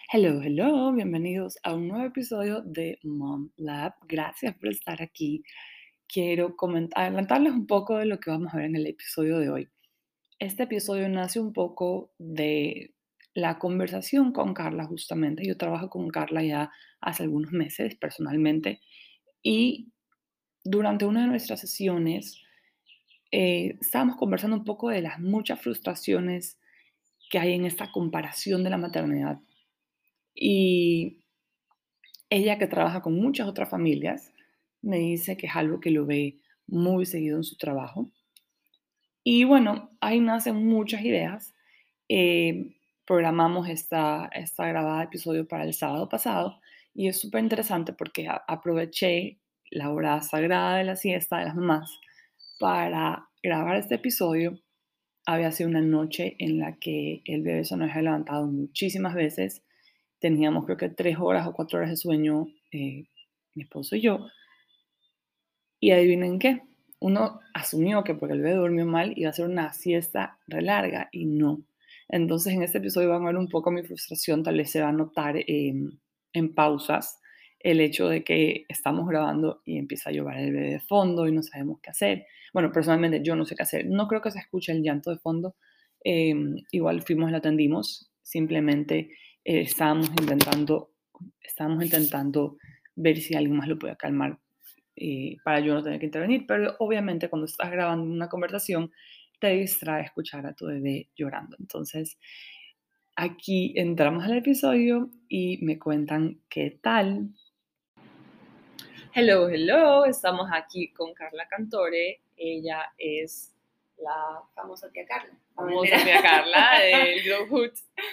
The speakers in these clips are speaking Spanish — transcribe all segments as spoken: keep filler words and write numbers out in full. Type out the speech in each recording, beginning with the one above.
Hello, hello, bienvenidos a un nuevo episodio de Mom Lab. Gracias por estar aquí. Quiero comentar, adelantarles un poco de lo que vamos a ver en el episodio de hoy. Este episodio nace un poco de la conversación con Carla, justamente. Yo trabajo con Carla ya hace algunos meses personalmente y durante una de nuestras sesiones eh, estábamos conversando un poco de las muchas frustraciones que hay en esta comparación de la maternidad. Y ella, que trabaja con muchas otras familias, me dice que es algo que lo ve muy seguido en su trabajo. Y bueno, ahí nacen muchas ideas. Eh, Programamos esta, esta grabada episodio para el sábado pasado y es súper interesante porque a- aproveché la hora sagrada de la siesta de las mamás para grabar este episodio. Había sido una noche en la que el bebé se nos había levantado muchísimas veces. Teníamos creo que tres horas o cuatro horas de sueño, eh, mi esposo y yo. Y adivinen qué, uno asumió que porque el bebé durmió mal iba a ser una siesta re larga y no. Entonces en este episodio van a ver un poco mi frustración, tal vez se va a notar em, en pausas el hecho de que estamos grabando y empieza a llover el bebé de fondo y no sabemos qué hacer. Bueno, personalmente yo no sé qué hacer. No creo que se escuche el llanto de fondo. Em, igual fuimos y lo atendimos. Simplemente eh, estábamos intentando, estábamos intentando ver si alguien más lo puede calmar eh, para yo no tener que intervenir. Pero obviamente cuando estás grabando una conversación te distrae escuchar a tu bebé llorando. Entonces aquí entramos al episodio y me cuentan qué tal. Hello, hello, estamos aquí con Carla Cantore. Ella es la Famosa tía Carla. famosa tía Carla del Grow Hood.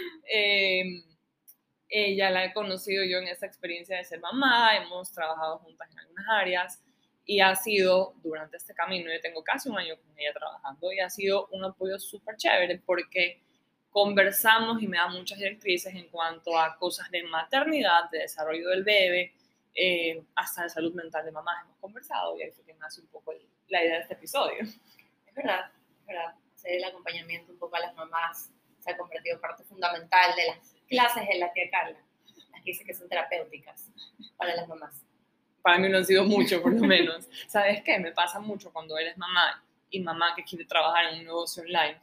Eh, ella la he conocido yo en esta experiencia de ser mamá, hemos trabajado juntas en algunas áreas y ha sido durante este camino, yo tengo casi un año con ella trabajando y ha sido un apoyo súper chévere porque conversamos y me da muchas directrices en cuanto a cosas de maternidad, de desarrollo del bebé, eh, hasta de salud mental de mamá hemos conversado y ahí fue que nace un poco el, la idea de este episodio. Es verdad, es verdad. Hacer el acompañamiento un poco a las mamás se ha convertido en parte fundamental de las clases de la tía Carla, las que dice que son terapéuticas para las mamás. Para mí no han sido mucho, por lo menos. ¿Sabes qué? Me pasa mucho cuando eres mamá y mamá que quiere trabajar en un negocio online.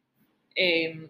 Eh,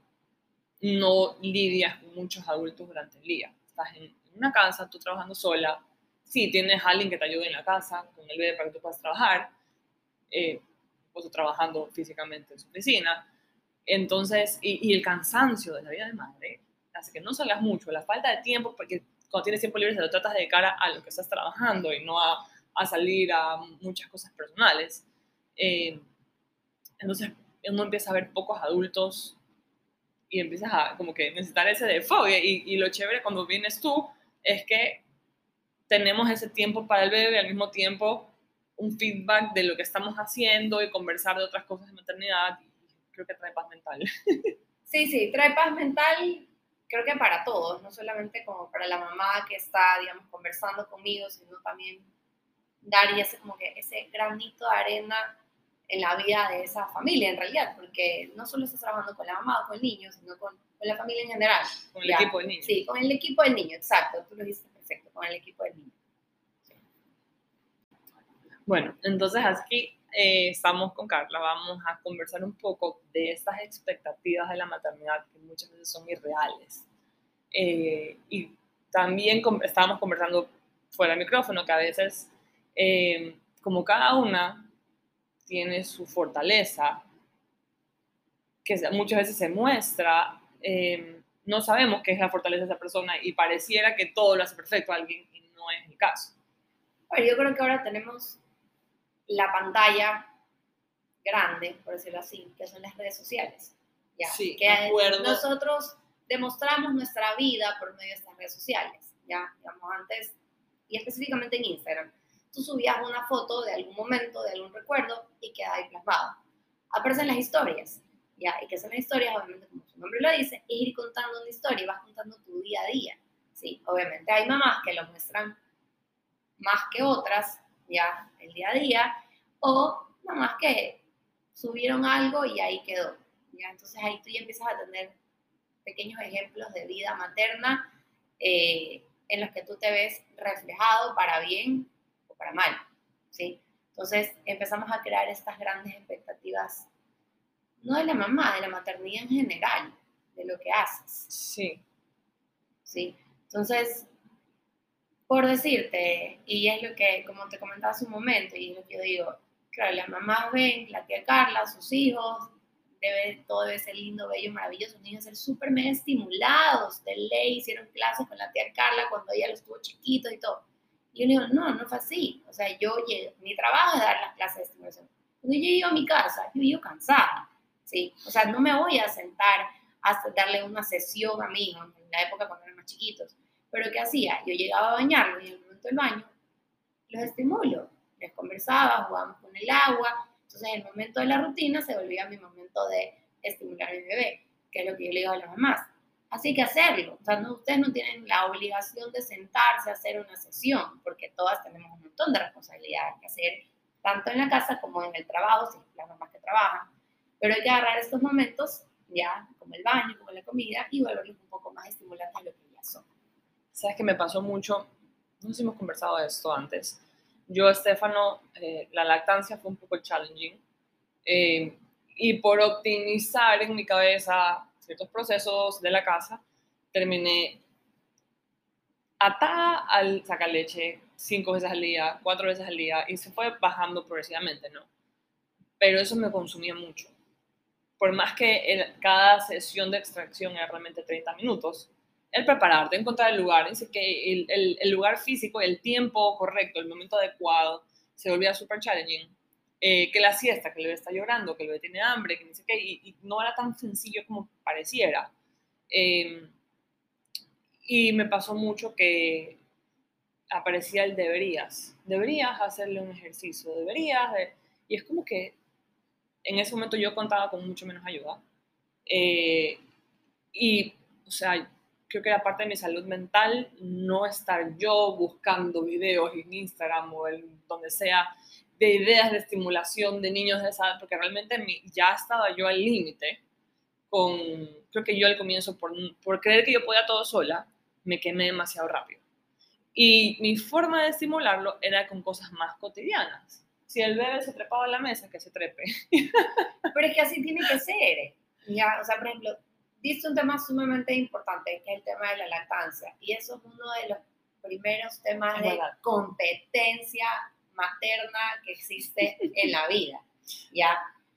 no lidias con muchos adultos durante el día. Estás en una casa, tú trabajando sola. Sí, tienes a alguien que te ayude en la casa con el bebé para que tú puedas trabajar. Eh, pues trabajando físicamente en su oficina. Entonces, y, y el cansancio de la vida de madre hace que no salgas mucho. La falta de tiempo, porque cuando tienes tiempo libre se lo tratas de cara a lo que estás trabajando y no a, a salir a muchas cosas personales. Eh, entonces, uno empieza a ver pocos adultos y empiezas a como que necesitar ese desahogue. Y, y lo chévere cuando vienes tú es que tenemos ese tiempo para el bebé y al mismo tiempo un feedback de lo que estamos haciendo y conversar de otras cosas de maternidad. Y creo que trae paz mental. Sí, sí, trae paz mental, creo que para todos, no solamente como para la mamá que está, digamos, conversando conmigo, sino también dar y ese, como que ese granito de arena en la vida de esa familia, en realidad, porque no solo estás trabajando con la mamá o con el niño, sino con, con la familia en general. Con el ¿Ya? equipo del niño. Sí, con el equipo del niño, exacto, tú lo dijiste perfecto, con el equipo del niño. Sí. Bueno, entonces aquí eh, estamos con Carla, vamos a conversar un poco de estas expectativas de la maternidad que muchas veces son irreales. Eh, y también com- estábamos conversando fuera del micrófono que a veces, eh, como cada una tiene su fortaleza, que muchas veces se muestra, eh, no sabemos qué es la fortaleza de esa persona y pareciera que todo lo hace perfecto a alguien y no es el caso. Bueno, yo creo que ahora tenemos la pantalla grande, por decirlo así, que son las redes sociales. ¿Ya? Sí, que de acuerdo. Nosotros demostramos nuestra vida por medio de estas redes sociales. ¿Ya? Digamos, antes, y específicamente en Instagram, tú subías una foto de algún momento, de algún recuerdo, y queda ahí plasmado. Aparecen las historias, ¿ya? Y que son las historias, obviamente, como su nombre lo dice, es ir contando una historia y vas contando tu día a día, ¿sí? Obviamente hay mamás que lo muestran más que otras, ya, el día a día, o mamás que subieron algo y ahí quedó, ¿ya? Entonces ahí tú ya empiezas a tener pequeños ejemplos de vida materna eh, en los que tú te ves reflejado para bien o para mal, ¿sí? Entonces empezamos a crear estas grandes expectativas, no de la mamá, de la maternidad en general, de lo que haces, Sí. ¿sí? Entonces, por decirte, y es lo que, como te comentaba hace un momento, y es lo que yo digo, claro, las mamás ven, la tía Carla, sus hijos, debe, todo debe ser lindo, bello, maravilloso, los niños deben ser súper mega estimulados, de ley, hicieron clases con la tía Carla cuando ella los tuvo chiquitos y todo. Y yo le digo, no, no fue así, o sea, yo, mi trabajo es dar las clases de estimulación. Cuando yo llego a mi casa, yo llego cansada, ¿sí? O sea, no me voy a sentar hasta darle una sesión a mi hijo, en la época cuando eran más chiquitos. Pero ¿qué hacía? Yo llegaba a bañarlos y en el momento del baño los estimulo, les conversaba, jugábamos con el agua. Entonces, en el momento de la rutina se volvía mi momento de estimular a mi bebé, que es lo que yo le digo a las mamás. Así hay que hacerlo. O sea, no, ustedes no tienen la obligación de sentarse a hacer una sesión, porque todas tenemos un montón de responsabilidades que hacer, tanto en la casa como en el trabajo, si las mamás que trabajan. Pero hay que agarrar estos momentos, ya, como el baño, como la comida, y volverlos un poco más estimulantes de lo que ya son. ¿Sabes que me pasó mucho? No sé si hemos conversado de esto antes. Yo, Estefano, eh, la lactancia fue un poco challenging. Eh, y por optimizar en mi cabeza ciertos procesos de la casa, terminé atada al sacar leche cinco veces al día, cuatro veces al día, y se fue bajando progresivamente, ¿no? Pero eso me consumía mucho. Por más que el, cada sesión de extracción era realmente treinta minutos, el prepararte, encontrar el lugar, dice que el, el, el lugar físico, el tiempo correcto, el momento adecuado, se volvía súper challenging. Eh, que la siesta, que el bebé está llorando, que el bebé tiene hambre, que dice que, y, y no era tan sencillo como pareciera. Eh, y me pasó mucho que aparecía el deberías, deberías hacerle un ejercicio, deberías, de, y es como que en ese momento yo contaba con mucho menos ayuda. Eh, y, o sea, creo que era parte de mi salud mental no estar yo buscando videos en Instagram o en donde sea de ideas de estimulación de niños de esa edad, porque realmente mi, ya estaba yo al límite con, creo que yo al comienzo, por, por creer que yo podía todo sola, me quemé demasiado rápido. Y mi forma de estimularlo era con cosas más cotidianas. Si el bebé se trepaba a la mesa, que se trepe. Pero es que así tiene que ser. Ya, o sea, por ejemplo, diste un tema sumamente importante, que es el tema de la lactancia. Y eso es uno de los primeros temas de competencia materna que existe en la vida. Ya,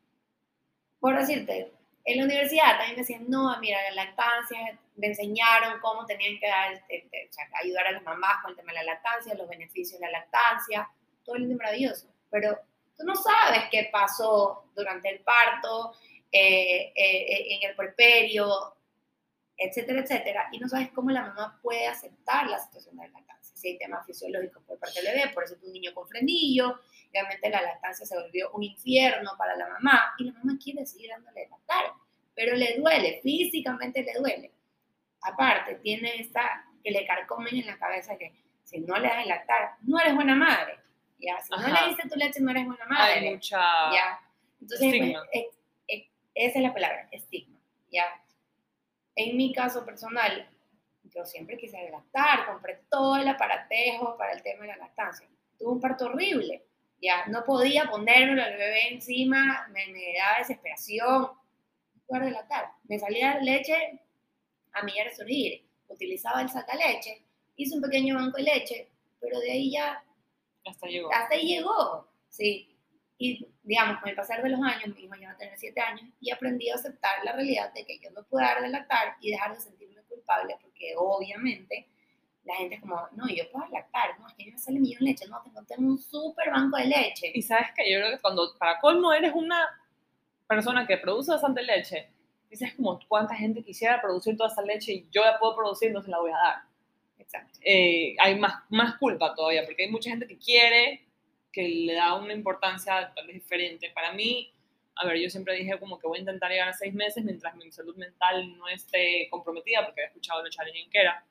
por decirte, en la universidad también me decían, no, mira, la lactancia, me enseñaron cómo tenían que dar, este, o sea, ayudar a las mamás con el tema de la lactancia, los beneficios de la lactancia, todo lindo y maravilloso. Pero tú no sabes qué pasó durante el parto, eh, eh, en el puerperio, etcétera, etcétera, y no sabes cómo la mamá puede aceptar la situación de la lactancia. Si hay temas fisiológicos por parte del bebé, por eso es un niño con frenillo, realmente la lactancia se volvió un infierno para la mamá, y la mamá quiere seguir dándole de lactar, pero le duele, físicamente le duele. Aparte, tiene esta que le carcomen en la cabeza que si no le das de lactar, no eres buena madre. ¿Ya? Si Ajá. no le diste tu leche, no eres buena madre. Hay mucha ¿ya? Entonces, estigma. Pues, es, es, esa es la palabra, estigma. ¿Ya? En mi caso personal, yo siempre quise lactar, compré todo el aparatejo para el tema de la lactancia. Tuve un parto horrible, ya no podía ponérmelo al bebé encima, me, me daba desesperación. Guardé lactar, me salía leche a millar de surgir, utilizaba el sacaleche, hice un pequeño banco de leche, pero de ahí ya hasta llegó. Hasta ahí llegó, sí. Y digamos, con el pasar de los años, mi hijo ya va a tener siete años, y aprendí a aceptar la realidad de que yo no puedo dar de lactar y dejar de sentirme culpable, porque obviamente la gente es como, no, yo puedo lactar, no, es que a mí me sale millón de leche, no, tengo, tengo un súper banco de leche. Y sabes que yo creo que cuando para colmo eres una persona que produce bastante leche, dices como cuánta gente quisiera producir toda esa leche y yo la puedo producir, no se la voy a dar. Exacto. Eh, hay más, más culpa todavía, porque hay mucha gente que quiere, que le da una importancia tal vez diferente. Para mí, a ver, yo siempre dije como que voy a intentar llegar a seis meses mientras mi salud mental no esté comprometida, porque había escuchado lo challenging que era.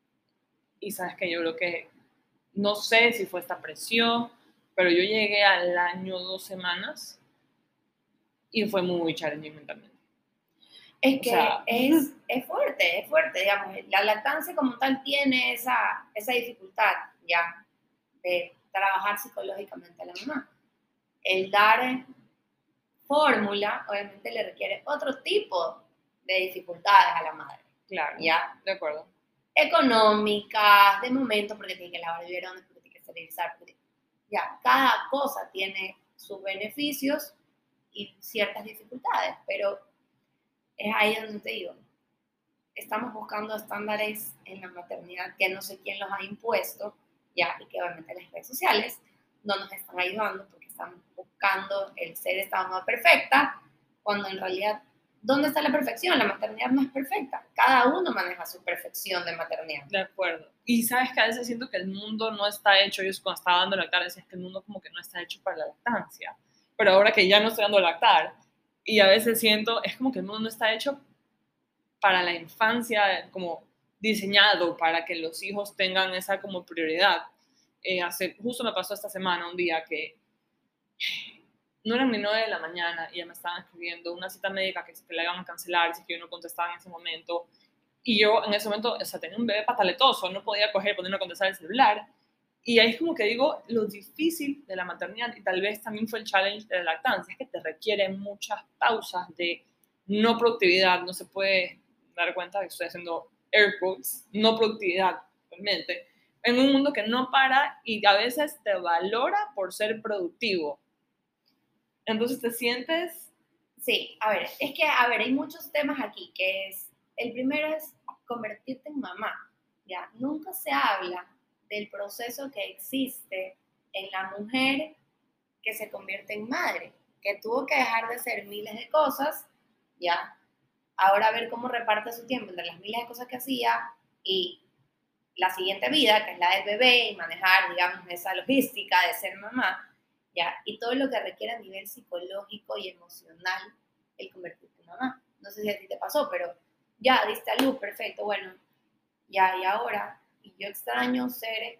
Y sabes que yo creo que, no sé si fue esta presión, pero yo llegué al año dos semanas y fue muy challenging mentalmente. Es O que sea, es, es fuerte, es fuerte, digamos. La lactancia como tal tiene esa, esa dificultad, ya, de trabajar psicológicamente a la mamá. El dar fórmula, obviamente, le requiere otro tipo de dificultades a la madre, claro, ¿ya? de acuerdo. Económicas, de momento, porque tiene que lavar biberones, porque tiene que esterilizar, porque ya, cada cosa tiene sus beneficios y ciertas dificultades, pero es ahí donde te digo, estamos buscando estándares en la maternidad que no sé quién los ha impuesto, ya, y que obviamente las redes sociales no nos están ayudando porque estamos buscando el ser esta mamá perfecta, cuando en realidad, ¿dónde está la perfección? La maternidad no es perfecta, cada uno maneja su perfección de maternidad. De acuerdo. Y sabes que a veces siento que el mundo no está hecho, yo cuando estaba dando lactar decía que el mundo como que no está hecho para la lactancia, pero ahora que ya no estoy dando lactar, y a veces siento, es como que el mundo no está hecho para la infancia, como diseñado para que los hijos tengan esa como prioridad. Eh, hace, justo me pasó esta semana un día que no eran ni nueve de la mañana y ya me estaban escribiendo una cita médica que, que le iban a cancelar si que yo no contestaba en ese momento. Y yo en ese momento, o sea, tenía un bebé pataletoso, no podía coger, ponerme a contestar el celular. Y ahí es como que digo, lo difícil de la maternidad, y tal vez también fue el challenge de la lactancia, es que te requiere muchas pausas de no productividad, no se puede dar cuenta de que estoy haciendo air quotes, no productividad, realmente, en un mundo que no para y a veces te valora por ser productivo. Entonces te sientes... Sí, a ver, es que, a ver, hay muchos temas aquí, que es, el primero es convertirte en mamá, ¿ya? Nunca se habla del proceso que existe en la mujer que se convierte en madre, que tuvo que dejar de hacer miles de cosas, ¿ya? Ahora ver cómo reparte su tiempo entre las miles de cosas que hacía y la siguiente vida, que es la del bebé, y manejar, digamos, esa logística de ser mamá, ¿ya? Y todo lo que requiere a nivel psicológico y emocional el convertirte en mamá. No sé si a ti te pasó, pero ya diste a luz, perfecto, bueno, ya, y ahora, y yo extraño ser,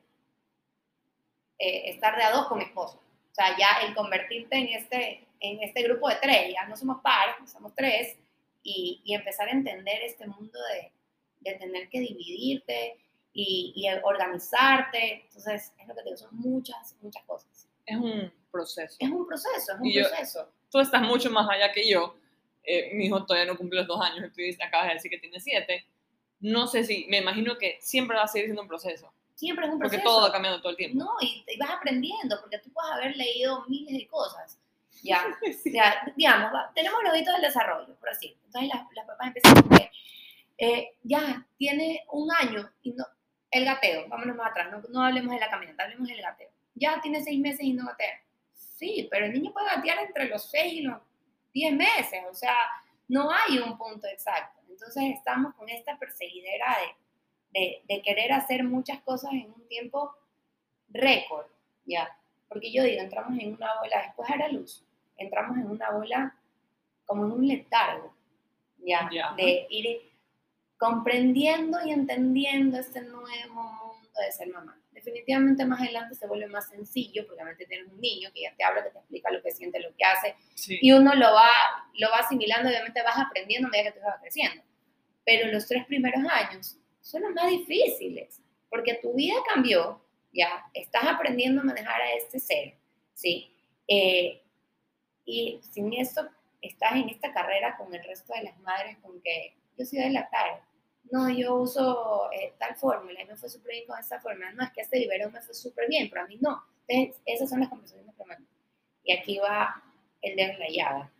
eh, estar de a dos con mi esposo. O sea, ya el convertirte en este, en este grupo de tres, ya no somos par, somos tres, y, y empezar a entender este mundo de, de tener que dividirte y, y organizarte. Entonces, es lo que te digo, son muchas, muchas cosas. Es un proceso. Es un proceso, es un y yo, proceso. Tú estás mucho más allá que yo. Eh, mi hijo todavía no cumple los dos años, tú acabas de decir que tiene siete. No sé si, me imagino que siempre va a seguir siendo un proceso. Siempre es un proceso. Porque todo va cambiando todo el tiempo. No, y, y vas aprendiendo, porque tú puedes haber leído miles de cosas. Ya, sí. Ya, digamos, va, tenemos los hitos del desarrollo, por así. Entonces las, las papás empiezan con que eh, ya tiene un año y no, el gateo, vámonos más atrás, no, no hablemos de la caminata, hablemos del gateo. Ya tiene seis meses y no gatea. Sí, pero el niño puede gatear entre los seis y los diez meses, o sea, no hay un punto exacto. Entonces estamos con esta perseguidera de, de, de querer hacer muchas cosas en un tiempo récord, ¿ya? Porque yo digo, entramos en una bola, después de la luz, entramos en una bola como en un letargo, ¿ya? Yeah. De ir comprendiendo y entendiendo este nuevo mundo de ser mamá. Definitivamente más adelante se vuelve más sencillo, porque obviamente tienes un niño que ya te habla, que te explica lo que siente, lo que hace, sí. Y uno lo va, lo va asimilando y obviamente vas aprendiendo a medida que tú vas creciendo. Pero los tres primeros años son los más difíciles, porque tu vida cambió, ya, estás aprendiendo a manejar a este ser, ¿sí? Eh, y sin eso estás en esta carrera con el resto de las madres con que yo soy de lactar, no, yo uso eh, tal fórmula y me fue súper bien con esa fórmula, no, es que este biberón me fue súper bien, pero a mí no. Entonces, esas son las conversaciones que mandan. Y aquí va el dedo en la llaga.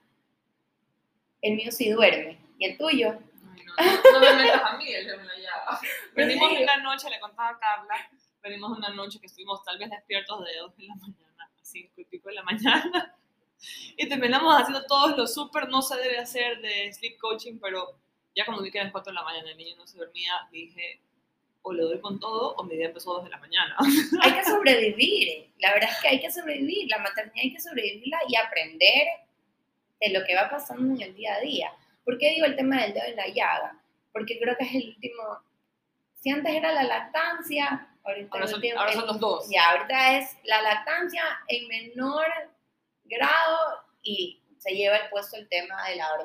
El mío sí duerme, ¿y el tuyo? Ay, no, no, no me metas a mí el dedo en la llaga. Venimos una noche, le contaba a Carla, venimos una noche que estuvimos tal vez despiertos de dos de la mañana, a cinco y pico de la mañana, y terminamos haciendo todos los súper, no se debe hacer de sleep coaching, pero ya como vi que eran las cuatro de la mañana, el niño no se dormía, dije, o le doy con todo, o mi día empezó a dos de la mañana. Hay que sobrevivir, la verdad es que hay que sobrevivir, la maternidad hay que sobrevivirla y aprender de lo que va pasando en el día a día. ¿Por qué digo el tema del dedo en la llaga? Porque creo que es el último, si antes era la lactancia, ahorita ahora, son, último, ahora son los dos. Ya, ahorita es la lactancia en menor grado y se lleva el puesto el tema de la dormida.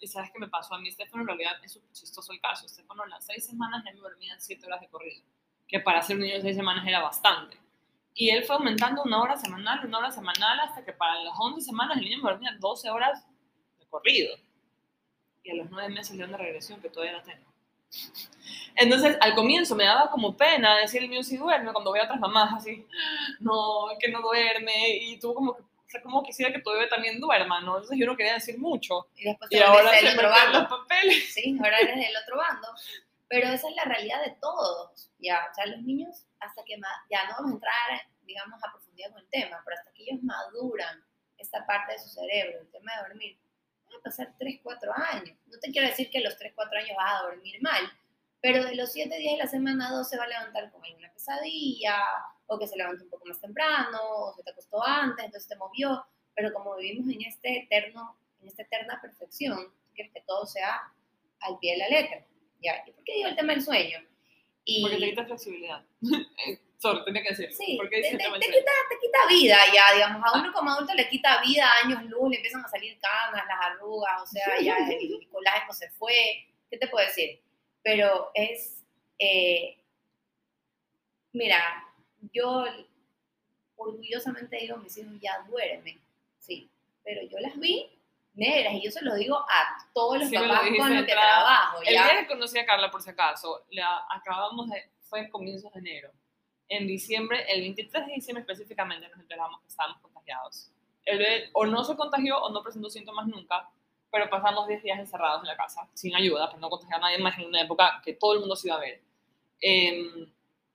Y sabes qué me pasó a mí, Estefano, en realidad es súper chistoso el caso. Estefano, las seis semanas ya me dormía siete horas de corrido, que para ser un niño de seis semanas era bastante. Y él fue aumentando una hora semanal, una hora semanal, hasta que para las once semanas el niño me dormía doce horas de corrido. Y a los nueve meses le dio una regresión que todavía la tengo. Entonces, al comienzo me daba como pena decir el mío sí duerme, cuando veo a otras mamás así, no, que no duerme, y tú como que, o sea, como quisiera que tu bebé también duerma, ¿no? Entonces yo no quería decir mucho. Y después y te ahora del se otro meten bando. los papeles. Sí, ahora eres del otro bando. Pero esa es la realidad de todos, ¿ya? O sea, los niños, hasta que ma- ya no vamos a entrar, digamos, a profundidad con el tema, pero hasta que ellos maduran esta parte de su cerebro, el tema de dormir, van a pasar tres, cuatro años. No te quiero decir que a los tres, cuatro años vas a dormir mal, pero de los siete días de la semana, dos se va a levantar con alguna pesadilla, o que se levantó un poco más temprano, o se te acostó antes, entonces te movió. Pero como vivimos en este eterno, en esta eterna perfección, tú quieres que todo sea al pie de la letra. ¿Ya? ¿Y por qué digo el tema del sueño? Y, Porque te quita flexibilidad. Sorry, tenía que decirlo. sí, ¿Por qué te, dices te, el tema te del sueño? quita, te quita vida ya, digamos, a uno como adulto le quita vida, años luz, le empiezan a salir canas, las arrugas, o sea, ya el colágeno se fue, ¿qué te puedo decir? Pero es, eh, mira, yo orgullosamente digo, mis hijos ya duermen, sí, pero yo las vi negras, y yo se lo digo a todos los Sí, me lo papás dijiste con de los que entrada. trabajo, El ¿ya? día que conocí a Carla, por si acaso, la acabamos de, fue en comienzos de enero. En diciembre, el veintitrés de diciembre específicamente, nos enteramos que estábamos contagiados. El bebé o no se contagió o no presentó síntomas nunca, pero pasamos diez días encerrados en la casa, sin ayuda, para no contagiar a nadie más en una época que todo el mundo se iba a ver. Eh,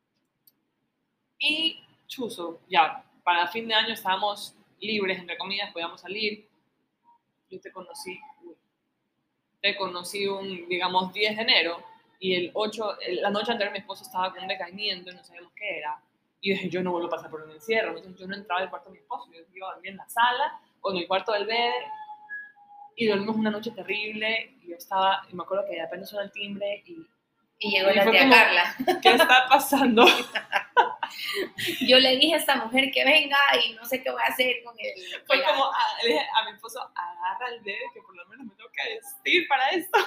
y chuzo, ya, para fin de año estábamos libres, entre comillas, podíamos salir. Yo te conocí, uy, te conocí un, digamos, diez de enero, y el ocho, el- la noche anterior mi esposo estaba con un decaimiento y no sabíamos qué era. Y yo dije, yo no vuelvo a pasar por un encierro. Entonces yo no entraba al cuarto de mi esposo, yo iba a dormir en la sala o en el cuarto del bebé. Y dormimos una noche terrible, y yo estaba, y me acuerdo que apenas sonó el timbre y... Y llegó y la fue tía como, Carla. ¿qué está pasando? Yo le dije a esta mujer que venga y no sé qué voy a hacer con el... Fue con la- como, a, le dije a mi esposo, agarra al bebé, que por lo menos me tengo que vestir para esto.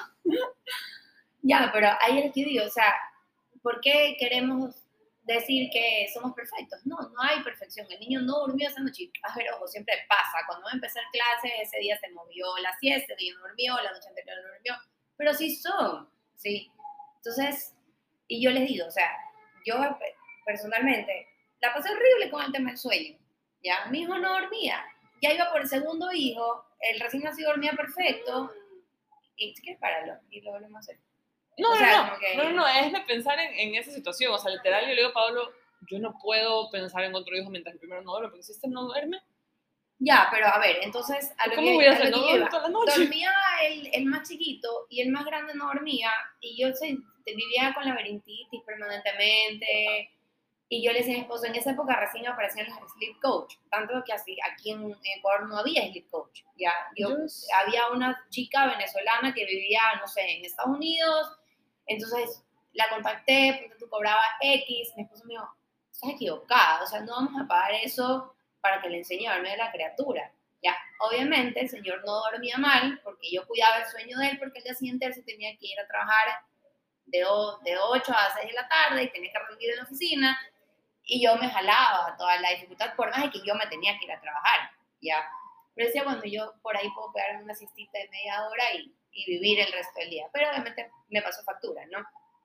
Ya, pero ahí es lo que digo, o sea, ¿por qué queremos decir que somos perfectos? No, no hay perfección. El niño no durmió esa noche. A ver, ojo, siempre pasa. Cuando va a empezar clases, ese día se movió la siesta, ese día no durmió, la noche anterior no durmió. Pero sí son, ¿sí? Entonces, y yo les digo, o sea, yo personalmente la pasé horrible con el tema del sueño. Ya, mi hijo no dormía. Ya iba por el segundo hijo, el recién nacido dormía perfecto. Y si quieres, páralo y lo volvemos a hacer. No, O sea, no, no, como que... no, no, no, es de pensar en, en esa situación. O sea, literal, yo le digo a Pablo, yo no puedo pensar en otro hijo mientras el primero no duerme, porque si este no duerme, Ya, pero a ver, entonces, a lo ¿cómo que, voy a a hacer? lo que No yo duermo iba, toda la noche. dormía el, el más chiquito y el más grande no dormía, y yo se, vivía con laberintitis permanentemente, y yo le decía a mi esposo, en esa época recién aparecían los sleep coach, tanto que así, aquí en Ecuador no había sleep coach, ya, yo, Yo- había una chica venezolana que vivía, no sé, en Estados Unidos, entonces la contacté, porque tú cobraba X, mi esposo me dijo, estás equivocada, o sea, no vamos a pagar eso para que le enseñe a dormir a la criatura. Ya, obviamente el señor no dormía mal porque yo cuidaba el sueño de él, porque el día siguiente él se tenía que ir a trabajar de, de ocho a seis de la tarde y tenía que rendir en la oficina, y yo me jalaba toda la dificultad por más de que yo me tenía que ir a trabajar, ya. Pero decía, bueno, yo por ahí puedo pegarme una siestita de media hora y, y vivir el resto del día, pero obviamente me pasó factura, ¿no?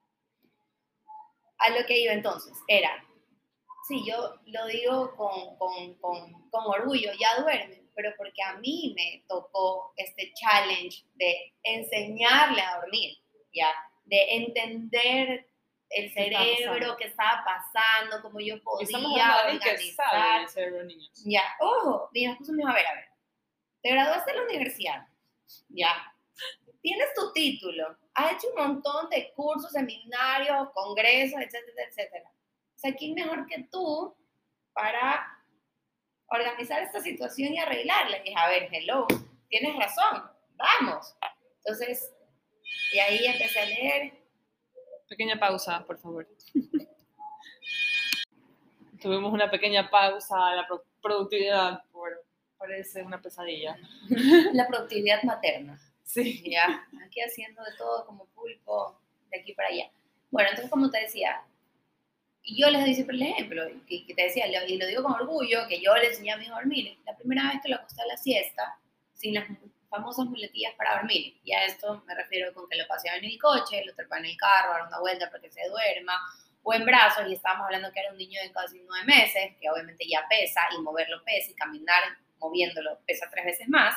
A lo que iba entonces era, sí, yo lo digo con, con, con, con orgullo, ya duermen, pero porque a mí me tocó este challenge de enseñarle a dormir, ¿ya? De entender el cerebro, qué estaba pasando, cómo yo Y estamos podía hablando de alguien que sabe organizar. del cerebro de niños. Ya, ojo, mi esposo me dijo, a ver, a ver, te graduaste de la universidad, ya, tienes tu título, has hecho un montón de cursos, seminarios, congresos, etcétera, etcétera. O sea, ¿quién mejor que tú para organizar esta situación y arreglarla? Y dije, a ver, hello, tienes razón, vamos. Entonces, y ahí empecé a leer. Pequeña pausa, por favor. Tuvimos una pequeña pausa, la pro productividad, por, parece una pesadilla. La productividad materna. Sí. Ya, aquí haciendo de todo como pulpo, de aquí para allá. Bueno, entonces como te decía, y yo les doy siempre el ejemplo, que, que te decía, y lo digo con orgullo, que yo le enseñé a mi hijo a dormir. La primera vez que lo acosté a la siesta, sin las famosas muletillas para dormir, y a esto me refiero con que lo paseaba en el coche, lo trepaba en el carro, a dar una vuelta para que se duerma, o en brazos, y estábamos hablando que era un niño de casi nueve meses, que obviamente ya pesa, y moverlo pesa, y caminar moviéndolo pesa tres veces más.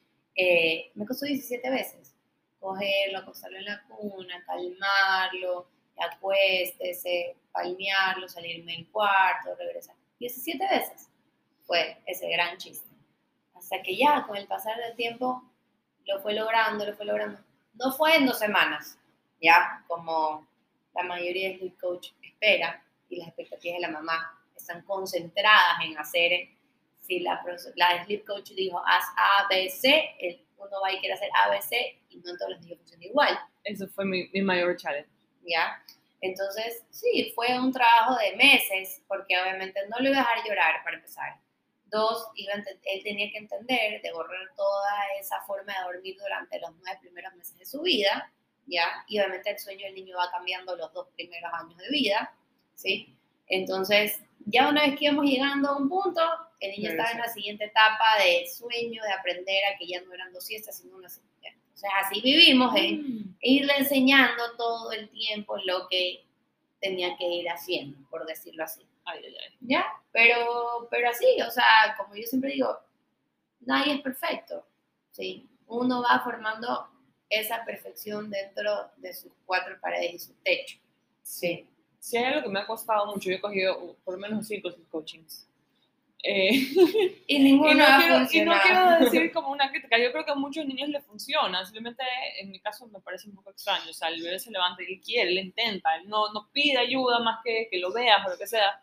Eh, me costó diecisiete veces cogerlo, acostarlo en la cuna, calmarlo, acuéstese, palmearlo, salirme del cuarto, regresar. diecisiete veces fue ese gran chiste. Hasta que ya con el pasar del tiempo lo fue logrando, lo fue logrando. No fue en dos semanas, ya como la mayoría de sleep coach espera y las expectativas de la mamá están concentradas en hacer. Si la, la sleep coach dijo haz A, B, C, el, uno va y quiere hacer A, B, C y no en todos los niños funciona igual. Eso fue mi, mi mayor challenge. ¿Ya? Entonces, sí, fue un trabajo de meses, porque obviamente no lo iba a dejar llorar para empezar. Dos, iba a él tenía que entender de borrar toda esa forma de dormir durante los nueve primeros meses de su vida, ¿ya? Y obviamente el sueño del niño va cambiando los dos primeros años de vida, ¿sí? Entonces, ya una vez que íbamos llegando a un punto, el niño estaba en la siguiente etapa de sueño, de aprender a que ya no eran dos siestas, sino una siesta. O sea, así vivimos, ¿eh? Mm. E irle enseñando todo el tiempo lo que tenía que ir haciendo, por decirlo así. Ay, ay, ay. ¿Ya? Pero, pero así, o sea, como yo siempre digo, nadie es perfecto, ¿sí? Uno va formando esa perfección dentro de sus cuatro paredes y su techo, ¿sí? Sí, hay algo que me ha costado mucho. Yo he cogido por lo menos cinco coachings. Eh, y ninguno y no ha quiero, funcionado. Y no quiero decir como una crítica. Yo creo que a muchos niños les funciona. Simplemente en mi caso me parece un poco extraño. O sea, el bebé se levanta y él quiere, él intenta. Él no, no pide ayuda más que que lo veas o lo que sea.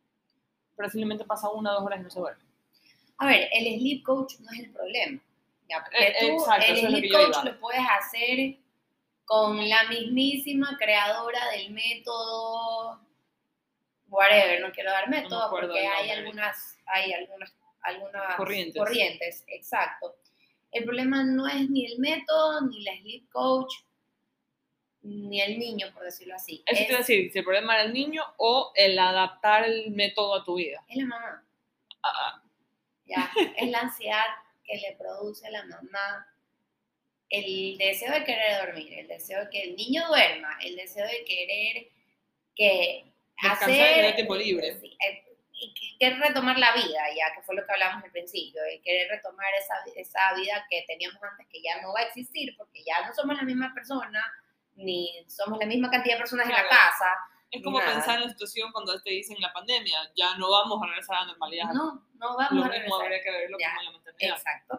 Pero simplemente pasa una o dos horas y no se duerme. A ver, el sleep coach no es el problema. ¿Ya? Porque Eh, tú, exacto, el sleep coach lo puedes hacer con la mismísima creadora del método, whatever, no quiero dar método, no porque hay algunas, hay algunas, algunas corrientes. corrientes, exacto. El problema no es ni el método, ni la sleep coach, ni el niño, por decirlo así. Eso es, te iba a decir, si el problema era el niño o el adaptar el método a tu vida. Es la mamá. Ah. Ya, es la ansiedad que le produce a la mamá, el deseo de querer dormir, el deseo de que el niño duerma, el deseo de querer que descansar hacer... y tener tiempo libre. Sí, y querer retomar la vida, ya que fue lo que hablamos al principio, de querer retomar esa, esa vida que teníamos antes, que ya no va a existir, porque ya no somos la misma persona, ni somos la misma cantidad de personas claro. en la casa. Es como nada. Pensar en la situación cuando te dicen la pandemia, ya no vamos a regresar a la normalidad. No, no vamos lo a regresar. Lo mismo habría que verlo ya, como la maternidad. Exacto.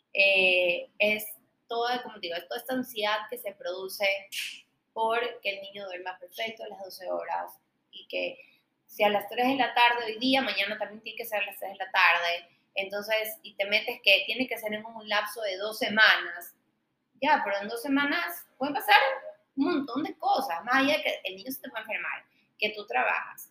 Eh, es toda, como digo, es toda esta ansiedad que se produce por que el niño duerma perfecto a las doce horas y que si a las tres de la tarde hoy día, mañana también tiene que ser a las tres de la tarde. Entonces, y te metes que tiene que ser en un lapso de dos semanas. Ya, pero en dos semanas pueden pasar un montón de cosas, más allá de que el niño se te puede enfermar, que tú trabajas,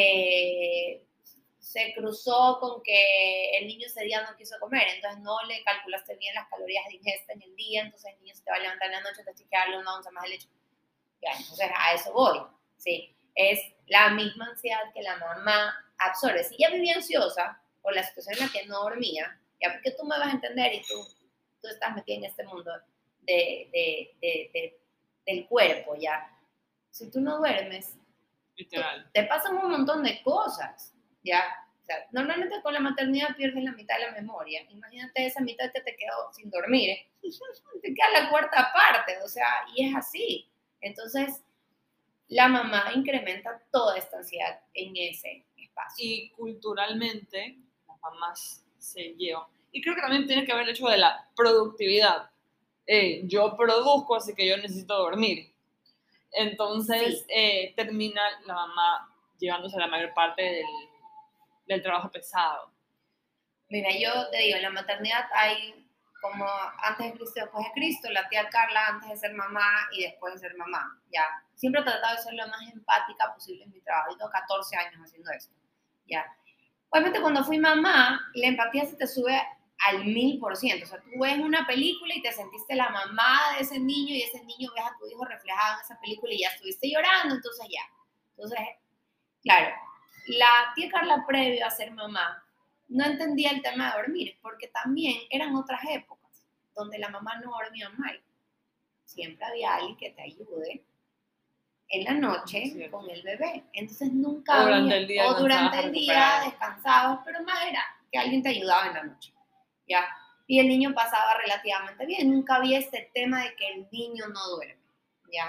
que se cruzó con que el niño ese día no quiso comer, entonces no le calculaste bien las calorías de ingesta en el día, entonces el niño se te va a levantar en la noche, te tienes que darle una onza más de leche. Ya, entonces a eso voy, ¿sí? Es la misma ansiedad que la mamá absorbe. Si ella vivía ansiosa por la situación en la que no dormía, ya porque tú me vas a entender y tú, tú estás metida en este mundo de, de, de, de, del cuerpo, ya. Si tú no duermes, literal, te pasan un montón de cosas, ya. O sea, normalmente con la maternidad pierdes la mitad de la memoria. Imagínate esa mitad que te quedó sin dormir, ¿eh? Te queda la cuarta parte, o sea, y es así. Entonces, la mamá incrementa toda esta ansiedad en ese espacio. Y culturalmente, las mamás se llevan. Y creo que también tiene que ver el hecho de la productividad. Eh, yo produzco, así que yo necesito dormir. Entonces, sí. eh, termina la mamá llevándose la mayor parte del, del trabajo pesado. Mira, yo te digo, en la maternidad hay como antes de Cristo y después de Cristo, la tía Carla antes de ser mamá y después de ser mamá, ya. Siempre he tratado de ser lo más empática posible en mi trabajo. Yo tengo catorce años haciendo esto, ya. Obviamente cuando fui mamá, la empatía se te sube al mil por ciento. O sea, tú ves una película y te sentiste la mamá de ese niño y ese niño ves a tu hijo reflejado en esa película y ya estuviste llorando, entonces ya. Entonces, claro, la tía Carla previo a ser mamá no entendía el tema de dormir, porque también eran otras épocas donde la mamá no dormía mal. Siempre había alguien que te ayude en la noche Sí, con el bebé. Entonces nunca o durante había, el día, o durante el día recuperar. descansabas, pero más era que alguien te ayudaba en la noche, ¿ya? Y el niño pasaba relativamente bien. Nunca había este tema de que el niño no duerme, ¿ya?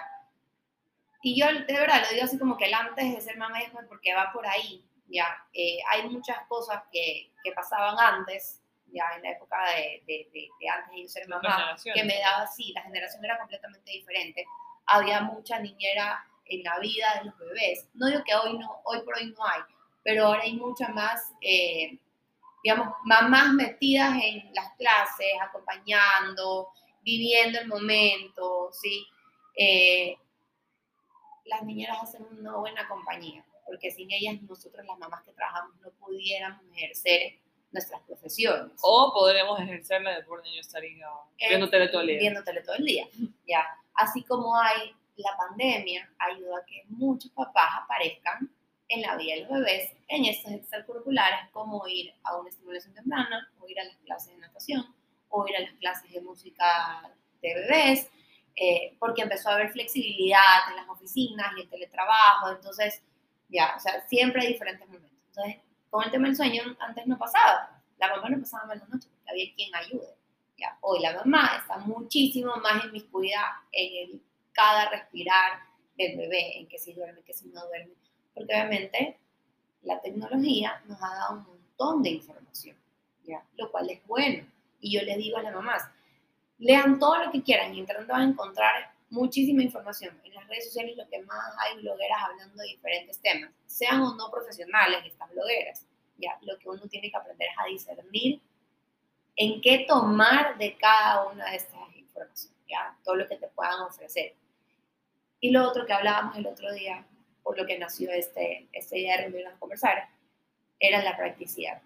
Y yo de verdad lo digo así como que el antes de ser mamá y después, porque va por ahí, ¿ya? Eh, hay muchas cosas que, que pasaban antes, ya en la época de, de, de, de antes de yo ser mamá, que me daba así, la generación era completamente diferente. Había mucha niñera en la vida de los bebés. No digo que hoy, no, hoy por hoy no hay, pero ahora hay mucha más, eh, digamos, mamás metidas en las clases, acompañando, viviendo el momento, ¿sí? Eh, las niñeras hacen una buena compañía, porque sin ellas nosotros las mamás que trabajamos no pudiéramos ejercer nuestras profesiones. O podremos ejercerla de por niño estaría viendo tele todo el día. Viendo tele todo el día, ya. Así como hay la pandemia, ayuda a que muchos papás aparezcan en la vida de los bebés en estos extracurriculares, como ir a una estimulación temprana, o ir a las clases de natación, o ir a las clases de música de bebés, eh, porque empezó a haber flexibilidad en las oficinas y el teletrabajo, entonces, ya, o sea, siempre hay diferentes momentos. Entonces, con el tema del sueño, antes no pasaba, la mamá no pasaba mal la noche, porque había quien ayude. Ya, hoy la mamá está muchísimo más inmiscuida en el, cada respirar del bebé, en que si duerme, que si no duerme, porque obviamente la tecnología nos ha dado un montón de información, ¿ya? Lo cual es bueno. Y yo les digo a las mamás, lean todo lo que quieran, en internet van a encontrar muchísima información. En las redes sociales lo que más hay blogueras hablando de diferentes temas, sean o no profesionales estas blogueras, ¿ya? Lo que uno tiene que aprender es a discernir en qué tomar de cada una de estas informaciones, ¿ya? Todo lo que te puedan ofrecer. Y lo otro que hablábamos el otro día, por lo que nació este, esta idea de reunirnos a conversar, era la practicidad.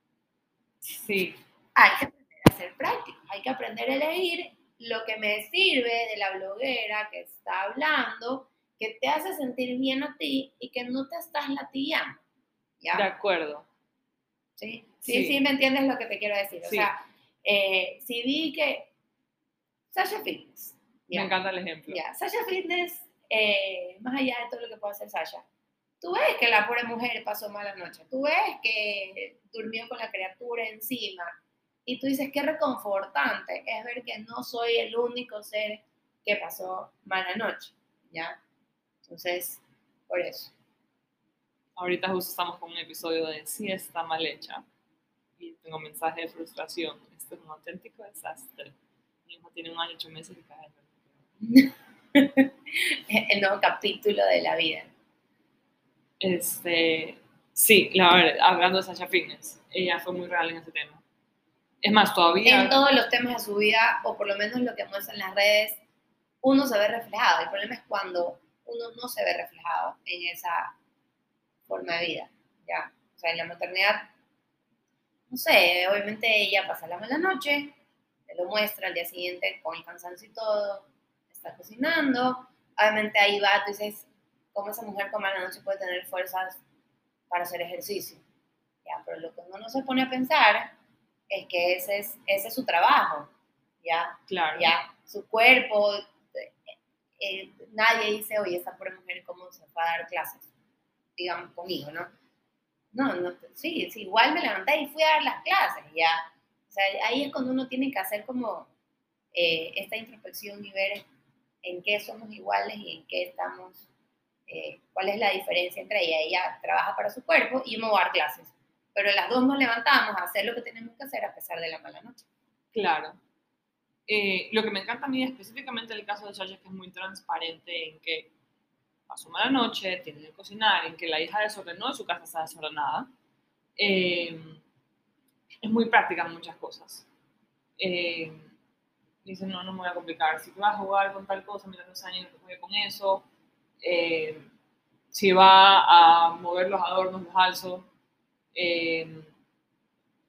Sí. Hay que aprender a ser práctico, hay que aprender a elegir lo que me sirve de la bloguera que está hablando, que te hace sentir bien a ti y que no te estás latillando, ¿ya? De acuerdo. ¿Sí? Sí, sí, sí me entiendes lo que te quiero decir. Sí. O sea, eh, si vi que Sasha Fitness. ¿ya? Me encanta el ejemplo. Ya, Sasha Fitness, eh, más allá de todo lo que puede hacer Sasha, tú ves que la pobre mujer pasó mala noche, tú ves que durmió con la criatura encima, y tú dices, qué reconfortante es ver que no soy el único ser que pasó mala noche, ¿ya? Entonces, por eso. Ahorita justo estamos con un episodio de siesta mal hecha, y tengo mensaje de frustración. Esto es un auténtico desastre. Mi hijo tiene un año, ocho meses y cae. El nuevo capítulo de la vida. Este, sí, la verdad, hablando de Sasha Fitness, ella fue muy real en ese tema. Es más, todavía... En todos los temas de su vida, o por lo menos lo que muestran las redes, uno se ve reflejado. El problema es cuando uno no se ve reflejado en esa forma de vida, ¿ya? O sea, en la maternidad, no sé, obviamente ella pasa la mala noche, te lo muestra al día siguiente con el cansancio y todo, está cocinando, obviamente ahí va, tú dices, ¿cómo esa mujer con mala noche puede tener fuerzas para hacer ejercicio? Ya, pero lo que uno no se pone a pensar es que ese es, ese es su trabajo, ¿ya? Claro. Ya, su cuerpo, eh, eh, nadie dice, oye, esta pobre mujer, ¿cómo se va a dar clases? Digamos, conmigo, ¿no? No, no, sí, sí, igual me levanté y fui a dar las clases, ya. O sea, ahí es cuando uno tiene que hacer como eh, esta introspección y ver en qué somos iguales y en qué estamos, eh, cuál es la diferencia entre ella. Ella trabaja para su cuerpo y yo me voy a dar clases. Pero las dos nos levantamos a hacer lo que tenemos que hacer a pesar de la mala noche. Claro. Eh, lo que me encanta a mí específicamente en el caso de Sasha es que es muy transparente en que pasó mala noche, tiene que cocinar, en que la hija desordenó y su casa está desordenada. Eh, es muy práctica en muchas cosas. Eh, dice, no, no me voy a complicar. Si vas a jugar con tal cosa, mira los años que juegue con eso. Eh, si va a mover los adornos, los alzo. Eh,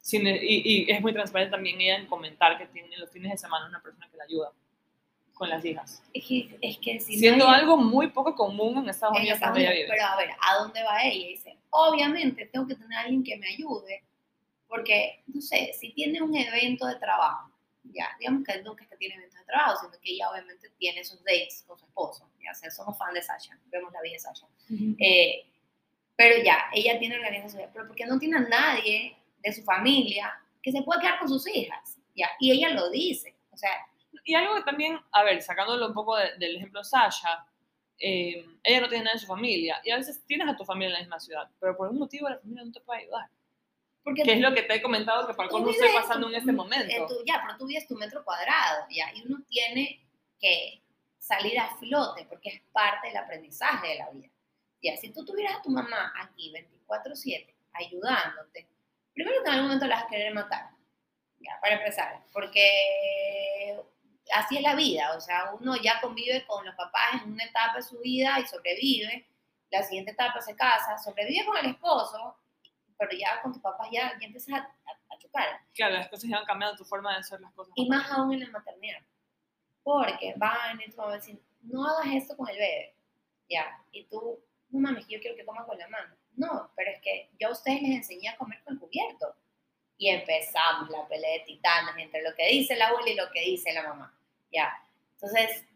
Sin, y, y es muy transparente también ella en comentar que tiene los fines de semana una persona que la ayuda con las hijas. Es que, es que si Siendo no hay, algo muy poco común en Estados en Unidos Estados donde ella Unidos, vive. pero a ver, ¿a dónde va ella? Y dice, obviamente tengo que tener a alguien que me ayude, porque, no sé, si tiene un evento de trabajo, ya, digamos que nunca es que tiene eventos de trabajo, sino que ella obviamente tiene sus dates con su esposo, ya, o sea, somos fan de Sasha, vemos la vida de Sasha. Uh-huh. Eh, pero ya, ella tiene organizada su vida, pero porque no tiene a nadie de su familia que se pueda quedar con sus hijas, ya, y ella lo dice, o sea. Y algo que también, a ver, sacándolo un poco de, del ejemplo de Sasha, eh, ella no tiene nada en su familia, y a veces tienes a tu familia en la misma ciudad, pero por algún motivo la familia no te puede ayudar. Porque que es lo que te he comentado que para cómo estoy pasando en este momento. En tu, ya, pero tú vives tu metro cuadrado, ya, y uno tiene que salir a flote porque es parte del aprendizaje de la vida. Ya, si tú tuvieras a tu mamá aquí veinticuatro siete ayudándote, primero que en algún momento la vas a querer matar, ya, para empezar, porque así es la vida, o sea, uno ya convive con los papás en una etapa de su vida y sobrevive, la siguiente etapa se casa, sobrevive con el esposo, pero ya con tus papás ya, ya empiezas a, a, a chocar. Claro, las cosas ya han cambiado tu forma de hacer las cosas. Y más aún en la maternidad. Porque van a venir tu mamá a decir, no hagas esto con el bebé. Ya, y tú, no mames, yo quiero que coma con la mano. No, pero es que yo a ustedes les enseñé a comer con el cubierto. Y empezamos la pelea de titanes entre lo que dice la abuela y lo que dice la mamá. Ya, entonces,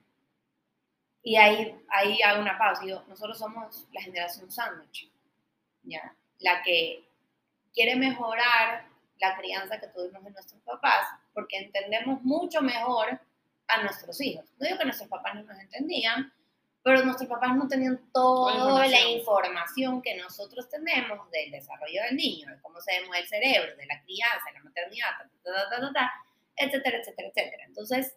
y ahí, ahí hago una pausa. Y digo, nosotros somos la generación sándwich. Ya, la que quiere mejorar la crianza que tuvimos de nuestros papás, porque entendemos mucho mejor a nuestros hijos. No digo que nuestros papás no nos entendían, pero nuestros papás no tenían toda la información. la información que nosotros tenemos del desarrollo del niño, de cómo se mueve el cerebro, de la crianza, de la maternidad, ta, ta, ta, ta, ta, etcétera, etcétera, etcétera. Entonces,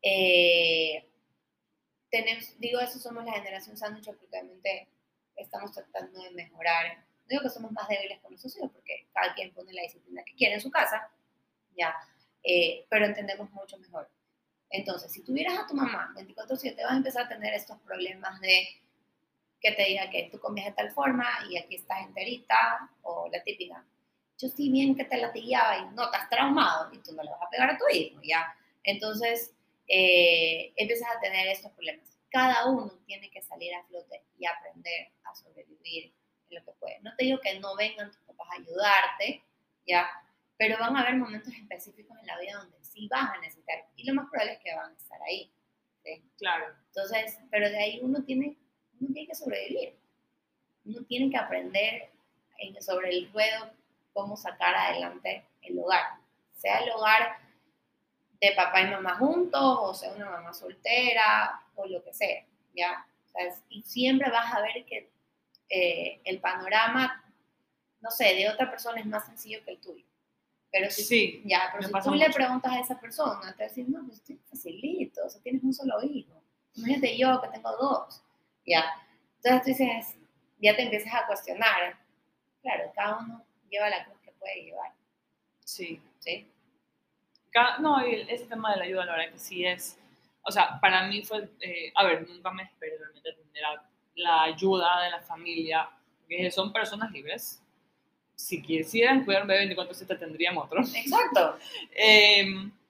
eh, tenemos, digo eso, somos la generación sándwich porque obviamente estamos tratando de mejorar. No digo que somos más débiles con nuestros hijos, porque cada quien pone la disciplina que quiere en su casa, ya, eh, pero entendemos mucho mejor. Entonces, si tuvieras a tu mamá veinticuatro siete, vas a empezar a tener estos problemas de que te diga que tú comías de tal forma y aquí estás enterita, o la típica, yo estoy bien que te latigueaba y no, estás traumado y tú no le vas a pegar a tu hijo, ya. Entonces, eh, empiezas a tener estos problemas. Cada uno tiene que salir a flote y aprender a sobrevivir en lo que puede. No te digo que no vengan tus papás a ayudarte, ya, pero van a haber momentos específicos en la vida donde sí vas a necesitar, y lo más probable es que van a estar ahí, ¿sí? Claro. Entonces, pero de ahí uno tiene, uno tiene que sobrevivir. Uno tiene que aprender en, sobre el ruedo cómo sacar adelante el hogar. Sea el hogar de papá y mamá juntos, o sea una mamá soltera, o lo que sea, ¿ya? O sea, y siempre vas a ver que eh, el panorama, no sé, de otra persona es más sencillo que el tuyo. Pero si, sí, ya, pero si tú mucho. le preguntas a esa persona, te va a decir, no, pues estoy facilito, o sea, tienes un solo hijo. Imagínate yo que tengo dos, ¿ya? Entonces tú dices, ya te empiezas a cuestionar. Claro, cada uno lleva la cruz que puede llevar. Sí. ¿Sí? Cada, no, y ese tema de la ayuda, la verdad que sí es, o sea, para mí fue, eh, a ver, nunca me esperé realmente tener la ayuda de la familia, porque son personas libres. Si quisieran cuidar un bebé veinticuatro siete tendrían otro. Exacto. eh,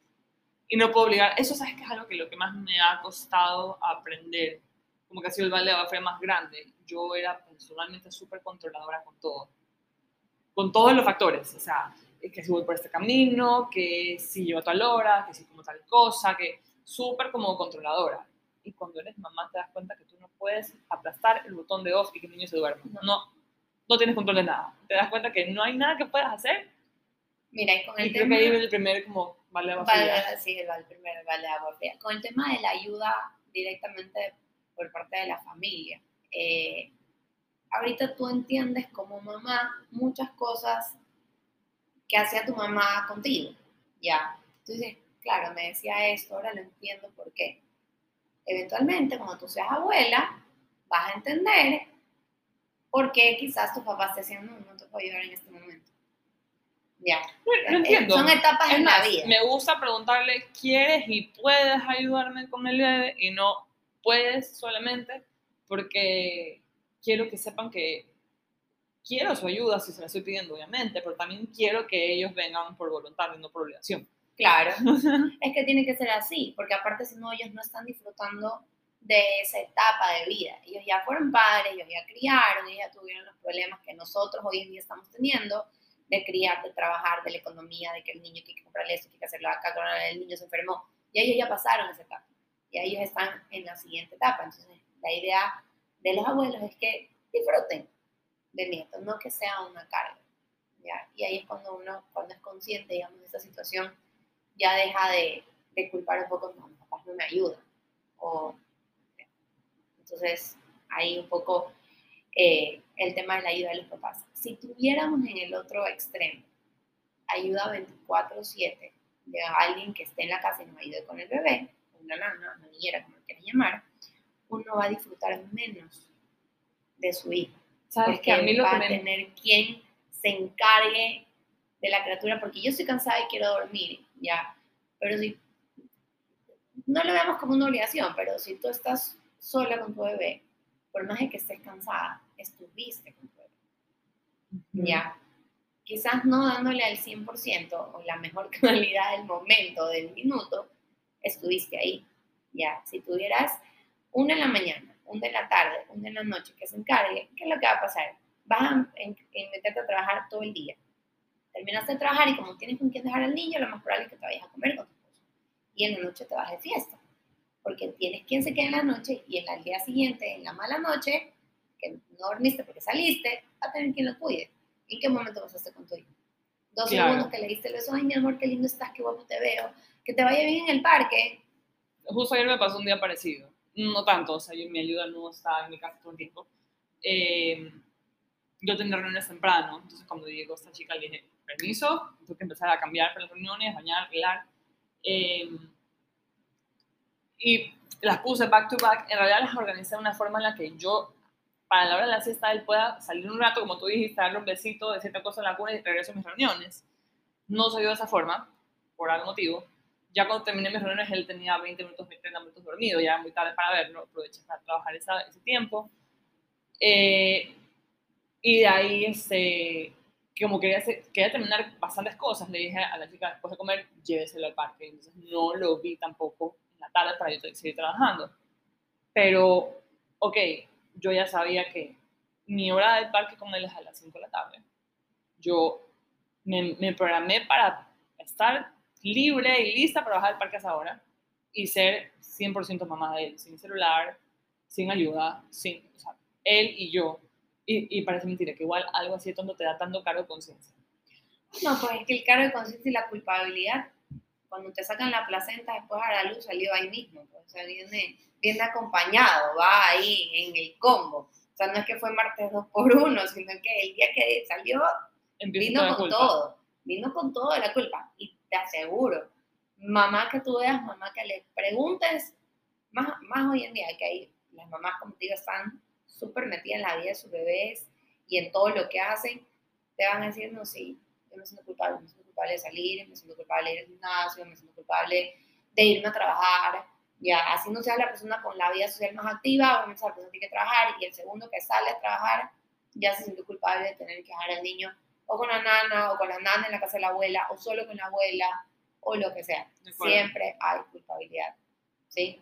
y no puedo obligar. Eso, ¿sabes qué es algo que lo que más me ha costado aprender? Como que ha sido el balde de agua fría más grande. Yo era personalmente súper controladora con todo. Con todos los factores. O sea, que si voy por este camino, que si llevo a tal hora, que si como tal cosa, que súper como controladora. Y cuando eres mamá te das cuenta que tú no puedes aplastar el botón de off y que el niño se duerma. No, no. No tienes control de nada. Te das cuenta que no hay nada que puedas hacer. Mira, y con el y tema... creo que ahí viene el primer como vale de agua fría. Vale, sí, el primer vale de agua fría. Con el tema de la ayuda directamente por parte de la familia. Eh, ahorita tú entiendes como mamá muchas cosas que hacía tu mamá contigo. Ya. Tú dices, claro, me decía esto, ahora lo entiendo por qué. Eventualmente, cuando tú seas abuela, vas a entender por qué quizás tu papá esté diciendo, no, no te puedo ayudar en este momento. Ya. Lo, lo entiendo. Son etapas es en más, la vida. Me gusta preguntarle, ¿quieres y puedes ayudarme con el bebé? Y no puedes solamente porque quiero que sepan que quiero su ayuda si se la estoy pidiendo, obviamente, pero también quiero que ellos vengan por voluntad y no por obligación. Claro, es que tiene que ser así, porque aparte si no ellos no están disfrutando de esa etapa de vida. Ellos ya fueron padres, ellos ya criaron, ellos ya tuvieron los problemas que nosotros hoy en día estamos teniendo, de criar, de trabajar, de la economía, de que el niño tiene que comprarle esto, tiene que hacerlo acá, el niño se enfermó. Y ellos ya pasaron esa etapa, y ellos están en la siguiente etapa. Entonces la idea de los abuelos es que disfruten del nieto, no que sea una carga, ¿ya? Y ahí es cuando uno, cuando es consciente, digamos, de esta situación, ya deja de, de culpar un poco, no, mis papás no me ayudan. O, entonces, ahí un poco eh, el tema de la ayuda de los papás. Si tuviéramos en el otro extremo ayuda veinticuatro siete de alguien que esté en la casa y nos ayude con el bebé, una nana, una niñera, como quieras llamar, uno va a disfrutar menos de su hijo. ¿Sabes que a mí lo va que a me... tener quien se encargue de la criatura, porque yo estoy cansada y quiero dormir, ya, pero si, no lo veamos como una obligación, pero si tú estás sola con tu bebé, por más de que estés cansada, estuviste con tu bebé, uh-huh. Ya, quizás no dándole al cien por ciento o la mejor calidad del momento, del minuto, estuviste ahí, ya, si tuvieras una en la mañana, una en la tarde, una en la noche que se encargue, ¿qué es lo que va a pasar? Vas a en, en meterte a trabajar todo el día. Terminaste de trabajar y como tienes con quién dejar al niño, lo más probable es que te vayas a comer con tu esposo. Y en la noche te vas de fiesta. Porque tienes quien se quede en la noche y en el día siguiente, en la mala noche, que no dormiste porque saliste, va a tener quien lo cuide. ¿En qué momento pasaste con tu hijo? Dos claro. segundos que le diste el beso, ay mi amor, qué lindo estás, qué guapo te veo, que te vaya bien en el parque. Justo ayer me pasó un día parecido. No tanto, o sea, yo, mi ayuda no está en mi casa todo el tiempo. Eh, yo tenía reuniones temprano, entonces cuando llegó esta chica le dije, permiso, tengo que empezar a cambiar para las reuniones, bañar, arreglar. Eh, y las puse back to back. En realidad las organicé de una forma en la que yo, para la hora de la siesta, él pueda salir un rato, como tú dijiste, darle un besito, decir cierta cosa en la cuna y regreso a mis reuniones. No se dio de esa forma, por algún motivo. Ya cuando terminé mis reuniones, él tenía veinte minutos, treinta minutos dormido, ya era muy tarde para verlo, aproveché para trabajar esa, ese tiempo. Eh, y de ahí, este, como quería, hacer, quería terminar bastantes cosas, le dije a la chica, después de comer, lléveselo al parque. Entonces no lo vi tampoco en la tarde para yo seguir trabajando. Pero, ok, yo ya sabía que mi hora del parque con él es a las cinco de la tarde. Yo me, me programé para estar libre y lista para bajar al parque a esa hora y ser cien por ciento mamá de él, sin celular, sin ayuda, sin, o sea, él y yo. Y, y parece mentira que igual algo así de tonto te da tanto cargo de conciencia. No, pues es que el cargo de conciencia y la culpabilidad, cuando te sacan la placenta después a la luz, salió ahí mismo. Pues, o sea, viene, viene acompañado, va ahí en el combo. O sea, no es que fue martes dos por uno, sino que el día que salió, Empieza vino con todo. Vino con todo de la culpa. Y te aseguro, mamá que tú veas, mamá que le preguntes, más, más hoy en día que hay, las mamás, como te digo, están súper metidas en la vida de sus bebés y en todo lo que hacen, te van a decir, no, sí, yo me siento culpable, me siento culpable de salir, me siento culpable de ir al gimnasio, me siento culpable de irme a trabajar, ya, así no sea la persona con la vida social más activa, obviamente esa persona tiene que trabajar, y el segundo que sale a trabajar, ya se siente culpable de tener que dejar al niño o con la nana, o con la nana en la casa de la abuela, o solo con la abuela, o lo que sea. Siempre hay culpabilidad, ¿sí?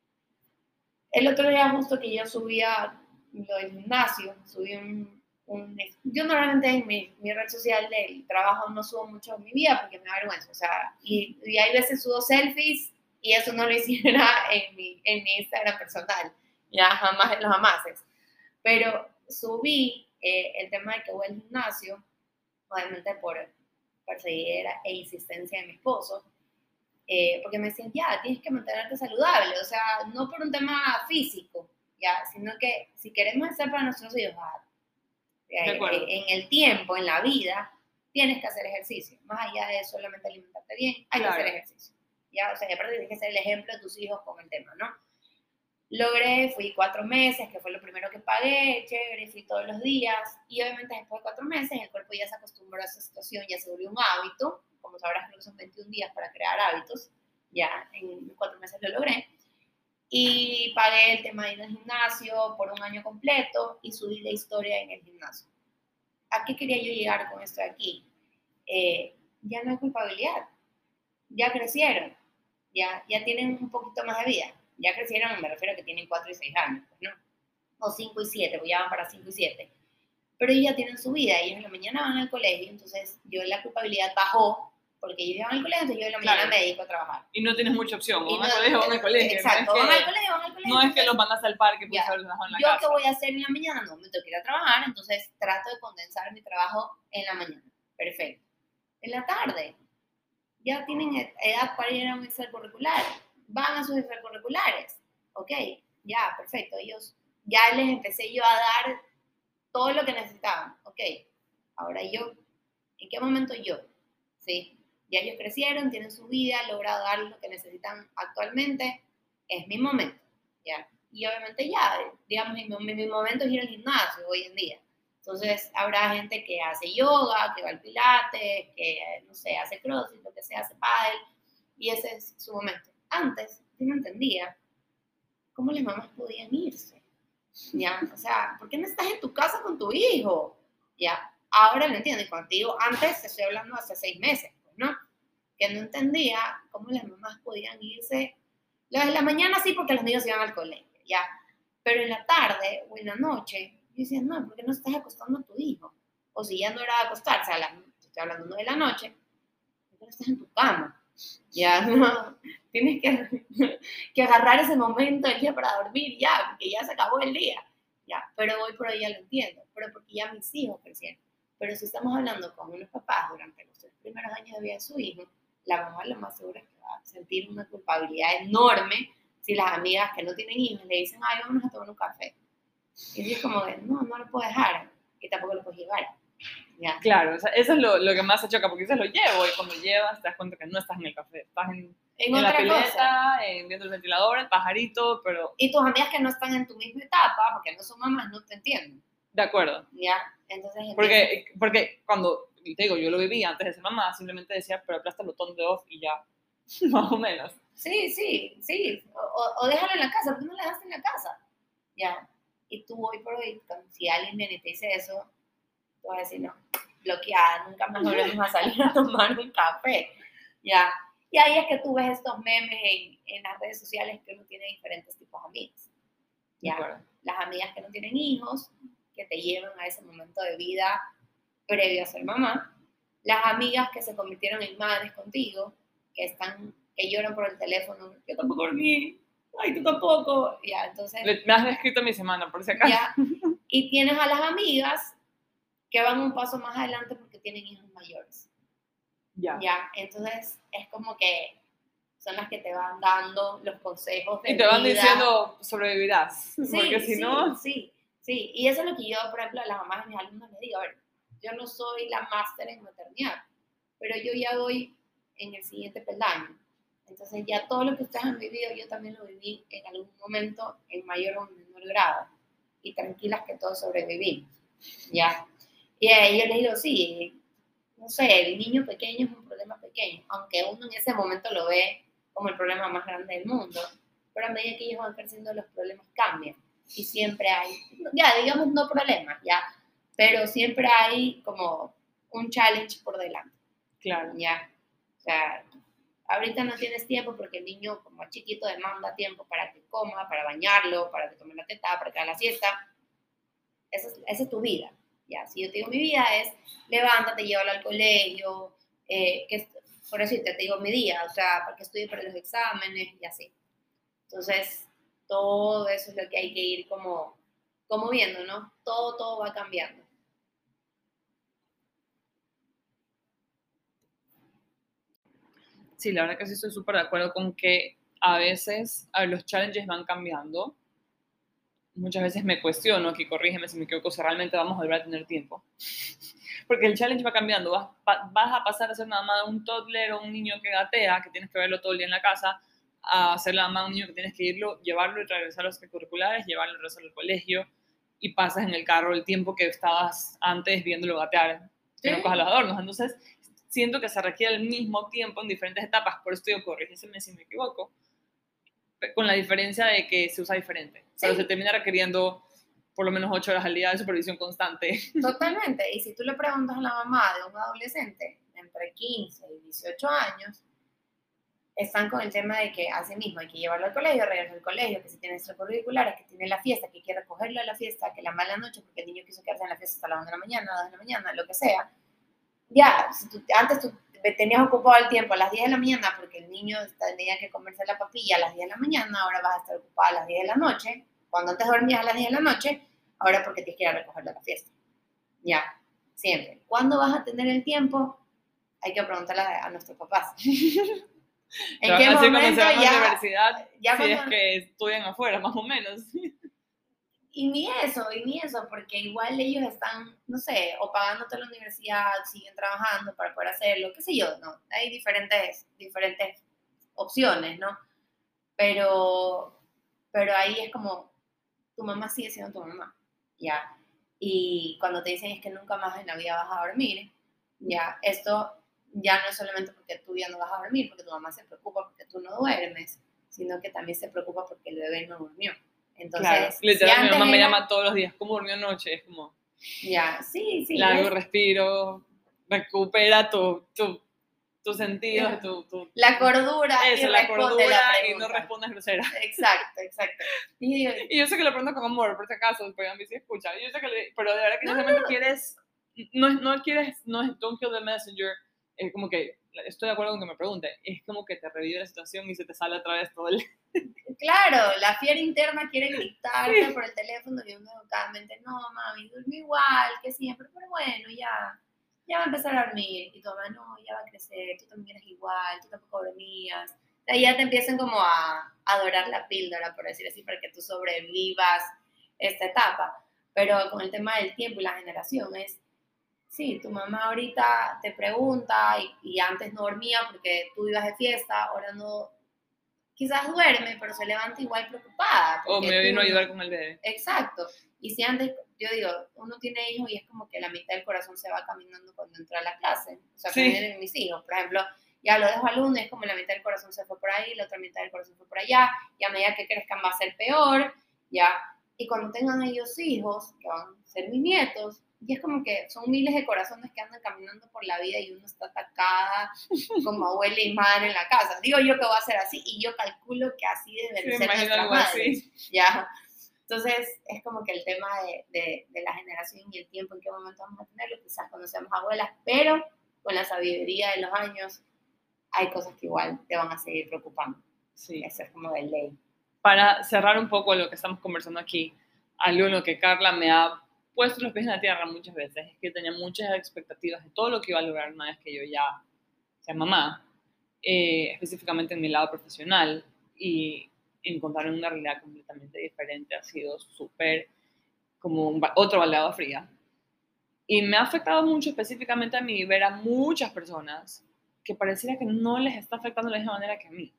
El otro día justo que yo subía lo del gimnasio, subí un, un... Yo normalmente en mi, mi red social del trabajo no subo mucho en mi vida porque me da vergüenza, o sea, y, y hay veces subo selfies y eso no lo hiciera en mi, en mi Instagram personal, ya jamás en los jamases. Pero subí eh, el tema de que voy al gimnasio, obviamente por perseguir e insistencia de mi esposo, eh, porque me decían, ya, tienes que mantenerte saludable, o sea, no por un tema físico, ya, sino que si queremos hacer para nuestros hijos, ah, eh, en el tiempo, en la vida, tienes que hacer ejercicio, más allá de solamente alimentarte bien, hay claro. que hacer ejercicio, ya, o sea, y aparte tienes que ser el ejemplo de tus hijos con el tema, ¿no? Logré, fui cuatro meses, que fue lo primero que pagué, chévere, fui todos los días, y obviamente después de cuatro meses el cuerpo ya se acostumbró a esa situación, ya se volvió un hábito, como sabrás creo que son veintiún días para crear hábitos, ya en cuatro meses lo logré, y pagué el tema de ir al gimnasio por un año completo, y subí la historia en el gimnasio. ¿a qué quería yo llegar con esto de aquí? Eh, ya no hay culpabilidad, ya crecieron, ya, ya tienen un poquito más de vida, ya crecieron, me refiero a que tienen cuatro y seis años, pues, ¿no? O cinco y siete, pues ya van para cinco y siete, pero ellos ya tienen su vida, ellos en la mañana van al colegio, entonces yo la culpabilidad bajó, porque ellos van al colegio, entonces yo en la mañana Claro. me dedico a trabajar. Y no tienes mucha opción, Y van al no- colegio, van al colegio. Exacto, no van es al que, colegio, van al colegio. no es que entonces, los mandas al parque, pues ya, solo los dejas en la ¿yo casa. qué voy a hacer en la mañana? No, me tengo que ir a trabajar, entonces trato de condensar mi trabajo en la mañana. Perfecto. En la tarde, ya tienen edad para ir a un extracurricular, van a sus extracurriculares, ok, ya, perfecto, ellos, ya les empecé yo a dar todo lo que necesitaban, ok, ahora yo, ¿en qué momento yo? ¿Sí? Ya ellos crecieron, tienen su vida, han logrado dar lo que necesitan actualmente, es mi momento, ¿ya? Y obviamente ya, digamos, mi, mi, mi momento es ir al gimnasio hoy en día. Entonces, habrá gente que hace yoga, que va al pilates, que, no sé, hace crossfit, lo que sea, hace pádel, y ese es su momento. Antes, yo no entendía cómo las mamás podían irse, ¿ya? O sea, ¿por qué no estás en tu casa con tu hijo? ¿Ya? Ahora lo entiendo, y contigo, antes, te estoy hablando hace seis meses, pues, ¿no? Que no entendía cómo las mamás podían irse. Las de la mañana sí, porque los niños iban al colegio, ¿ya? Pero en la tarde o en la noche, yo decía, no, ¿por qué no estás acostando a tu hijo? O si ya no era de acostarse, a la, estoy hablando no de la noche, ¿por qué no estás en tu cama? Ya, no, tienes que, que agarrar ese momento del día para dormir ya, porque ya se acabó el día, ya, pero hoy por hoy ya lo entiendo, pero porque ya mis hijos crecieron. Pero si estamos hablando con unos papás durante los tres primeros años de vida de su hijo, la mamá lo más seguro es que va a sentir una culpabilidad enorme si las amigas que no tienen hijos le dicen, ay, vámonos a tomar un café. Y es como de, no, no lo puedo dejar, y tampoco lo puedes llevar. ¿Ya? Claro, o sea, eso es lo, lo que más se choca, porque dices lo llevo, y cuando llevas te das cuenta que no estás en el café, estás en, En, en la otra pileta, cosa. en, viendo el ventilador, el pajarito, pero Y tus amigas que no están en tu misma etapa, porque no son mamás, no te entienden. de acuerdo. ¿Ya? Entonces, Porque, porque cuando, te digo, yo lo viví antes de ser mamá, simplemente decía, pero aplasta el botón de off y ya, más o menos. Sí, sí, sí. O, o, o déjalo en la casa, ¿por qué no la dejaste en la casa? ¿Ya? Y tú hoy por hoy, si alguien viene y te dice eso, tú vas a decir, no, bloqueada, nunca más volvemos a salir a tomar un café. ¿Ya? Y ahí es que tú ves estos memes en, en las redes sociales que uno tiene diferentes tipos de amigas. ¿Ya? Las amigas que no tienen hijos, que te llevan a ese momento de vida previo a ser mamá. Las amigas que se convirtieron en madres contigo, que están, que lloran por el teléfono, yo tampoco dormí, ay, tú tampoco, ya, entonces... Me has descrito mi semana, por si acaso. Ya, y tienes a las amigas que van un paso más adelante porque tienen hijos mayores. Ya. Ya, entonces es como que son las que te van dando los consejos de Y te van vida. diciendo, sobrevivirás, Sí, porque si sí, no... Sí, sí, y eso es lo que yo, por ejemplo, a las mamás de mis alumnos les digo, a ver, yo no soy la máster en maternidad, pero yo ya voy en el siguiente peldaño. Entonces ya todo lo que ustedes han vivido, yo también lo viví en algún momento en mayor o menor grado. Y tranquilas que todos sobrevivimos, ¿ya? Y a ellos les digo, sí, no sé, el niño pequeño es un problema pequeño, aunque uno en ese momento lo ve como el problema más grande del mundo, pero a medida que ellos van creciendo los problemas cambian. Y siempre hay, ya digamos no problemas, ya, pero siempre hay como un challenge por delante. Claro. Ya, o sea, ahorita no tienes tiempo porque el niño como es chiquito demanda tiempo para que coma, para bañarlo, para que tome la teta, para que haga la siesta. Esa es, esa es tu vida. Ya, si yo te digo mi vida es levántate, llévalo al colegio, eh, que, por eso te digo mi día, o sea, para que estudie para los exámenes y así. Entonces, todo eso es lo que hay que ir como, como viendo, ¿no? Todo, todo va cambiando. Sí, la verdad que sí estoy súper de acuerdo con que a veces a ver, los challenges van cambiando. Muchas veces me cuestiono, que corrígeme si me equivoco, si realmente vamos a volver a tener tiempo. Porque el challenge va cambiando. Vas, vas a pasar a ser la mamá de un toddler o un niño que gatea, que tienes que verlo todo el día en la casa, a ser la mamá de un niño que tienes que irlo, llevarlo y regresar a los extracurriculares, llevarlo y regresar al colegio, y pasas en el carro el tiempo que estabas antes viéndolo gatear, que ¿Sí? no cojas los adornos. Entonces, siento que se requiere el mismo tiempo en diferentes etapas, por eso digo, corrígeme si me equivoco, con la diferencia de que se usa diferente, pero Sí. se termina requiriendo por lo menos ocho horas al día de supervisión constante. Totalmente. Y si tú le preguntas a la mamá de un adolescente entre quince y dieciocho años, están con el tema de que así mismo hay que llevarlo al colegio, regresar al colegio, que si tiene extracurriculares, que tiene la fiesta, que hay que recogerlo de la fiesta, que la mala noche porque el niño quiso quedarse en la fiesta hasta las una de la mañana, dos de la mañana, lo que sea. Ya, si tú, antes tú tenías ocupado el tiempo a las diez de la mañana porque el niño tenía que comerse la papilla a las diez de la mañana, ahora vas a estar ocupada a las diez de la noche. Cuando antes dormías a las diez de la noche, ahora porque tienes que ir a recogerlo a la fiesta. Ya, siempre. ¿Cuándo vas a tener el tiempo? Hay que preguntarle a, a nuestros papás. ¿En qué momento cuando se van a la ya, universidad, ya si cuando, es que estudian afuera, más o menos? Y ni eso, y ni eso, porque igual ellos están, no sé, o pagándote la universidad, siguen trabajando para poder hacerlo, qué sé yo, ¿no? Hay diferentes, diferentes opciones, ¿no? Pero, pero ahí es como, tu mamá sigue siendo tu mamá, ¿ya? Y cuando te dicen es que nunca más en la vida vas a dormir, ¿ya? Esto ya no es solamente porque tú ya no vas a dormir, porque tu mamá se preocupa porque tú no duermes, sino que también se preocupa porque el bebé no durmió. Entonces, claro, si literal, mi mamá me era, llama todos los días, ¿cómo durmió anoche? Es como, ya, sí, sí, largo ¿ves? respiro, recupera tu, tu, tus sentidos, tu, tu, La cordura eso, y la responde cordura la y no pregunta. respondas grosera. Exacto, exacto. Y yo, Y yo sé que lo pregunto con amor, por si acaso, porque a mí sí escucha. Yo sé que le, pero de verdad que No, no, no quieres, no, es- no quieres, no es don't kill the messenger, es como que, estoy de acuerdo con que me pregunte, es como que te revive la situación y se te sale otra vez todo el... claro, la fiera interna quiere gritarte Sí. por el teléfono y uno educadamente, no, mami, duerme igual que siempre, pero bueno, ya, ya va a empezar a dormir. Y tu mamá, no, ya va a crecer, tú también eres igual, tú tampoco dormías. O sea, ya te empiezan como a, a dorar la píldora, por decir así, para que tú sobrevivas esta etapa. Pero con el tema del tiempo y la generación es, sí, tu mamá ahorita te pregunta y, y antes no dormía porque tú ibas de fiesta, ahora no, quizás duerme, pero se levanta igual preocupada. O me tú vino a ayudar no- con el bebé. Exacto. Y si antes, yo digo, uno tiene hijos y es como que la mitad del corazón se va caminando cuando entra a la clase. O sea, Sí. que vienen mis hijos, por ejemplo, ya lo dejo al uno y es como la mitad del corazón se fue por ahí, la otra mitad del corazón fue por allá, y a medida que crezcan va a ser peor, ya. Y cuando tengan ellos hijos, que van a ser mis nietos, y es como que son miles de corazones que andan caminando por la vida y uno está atacada como abuela y madre en la casa. Digo yo que va a ser así y yo calculo que así deben Sí, ser imagino nuestras algo madres. así. ¿Ya? Entonces es como que el tema de, de, de la generación y el tiempo en qué momento vamos a tenerlo, quizás cuando seamos abuelas, pero con la sabiduría de los años hay cosas que igual te van a seguir preocupando. Sí. Eso es como de ley. Para cerrar un poco lo que estamos conversando aquí, algo en lo que Carla me ha puesto los pies en la tierra muchas veces es que tenía muchas expectativas de todo lo que iba a lograr una vez que yo ya sea mamá, eh, específicamente en mi lado profesional, y encontrar una realidad completamente diferente ha sido súper como un, otro balde de agua fría. Y me ha afectado mucho específicamente a mí ver a muchas personas que pareciera que no les está afectando de la misma manera que a mí.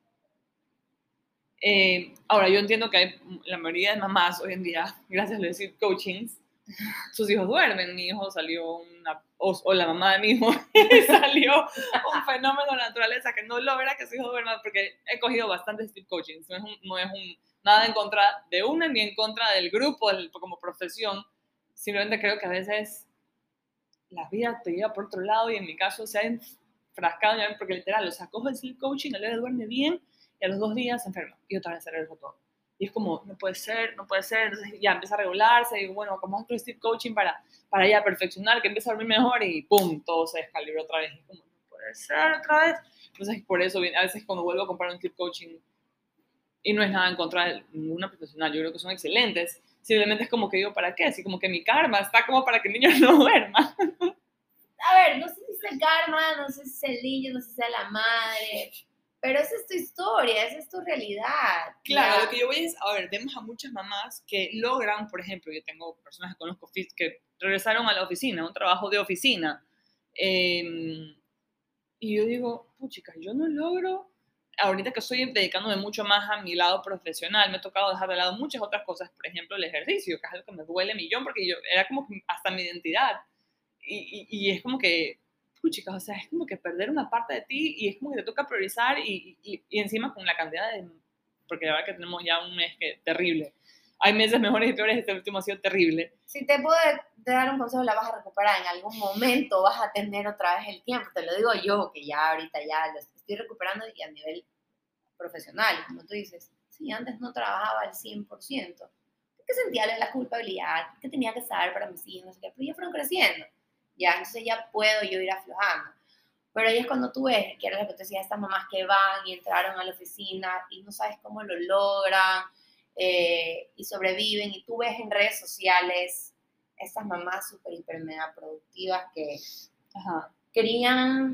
Eh, ahora, yo entiendo que hay, la mayoría de mamás hoy en día, gracias a los sleep coachings, sus hijos duermen. Mi hijo salió una, o, o la mamá de mi hijo salió un fenómeno de naturaleza que no logra que su hijo duerma, porque he cogido bastantes sleep coachings. No es, un, no es un, nada en contra de una ni en contra del grupo del, como profesión. Simplemente creo que a veces la vida te lleva por otro lado y en mi caso se ha enfrascado, porque literal, o sea, cojo el sleep coaching, el bebé duerme bien y a los dos días se enferma y otra vez se regresa todo. Y es como, no puede ser, no puede ser. Entonces ya empieza a regularse y bueno, como otro sleep coaching para, para ya perfeccionar, que empiece a dormir mejor y pum, todo se descalibró otra vez. Y es como, no puede ser otra vez. Entonces por eso a veces cuando vuelvo a comprar un sleep coaching, y no es nada en contra de ninguna profesional, yo creo que son excelentes, simplemente es como que digo, ¿para qué? Así como que mi karma está como para que el niño no duerma. A ver, no sé si es el karma, no sé si es el niño, no sé si sea la madre, pero esa es tu historia, esa es tu realidad. Claro, ¿ya? lo que yo voy es, a ver, vemos a muchas mamás que logran, por ejemplo, yo tengo personas que conozco que regresaron a la oficina, un trabajo de oficina, eh, y yo digo, puchica, yo no logro, ahorita que estoy dedicándome mucho más a mi lado profesional, me ha tocado dejar de lado muchas otras cosas, por ejemplo, el ejercicio, que es algo que me duele millón, porque yo era como que hasta mi identidad, y, y, y es como que, puchica, o sea, es como que perder una parte de ti, y es como que te toca priorizar, y, y, y encima con la cantidad de, porque la verdad que tenemos ya un mes que terrible, hay meses mejores y peores, este último ha sido terrible. Si te puedo dar un consejo, la vas a recuperar. En algún momento vas a tener otra vez el tiempo. Te lo digo yo, que ya ahorita ya lo estoy recuperando y a nivel profesional, como tú dices. Sí, antes no trabajaba al cien por ciento. Porque sentía la culpabilidad, que tenía que estar para mis hijos, no sé qué, pero ya fueron creciendo. Ya, entonces ya puedo yo ir aflojando. Pero ahí es cuando tú ves, que era lo que te decía, estas mamás que van y entraron a la oficina y no sabes cómo lo logran, eh, y sobreviven, y tú ves en redes sociales estas mamás súper, hiper, mega productivas que Ajá. crían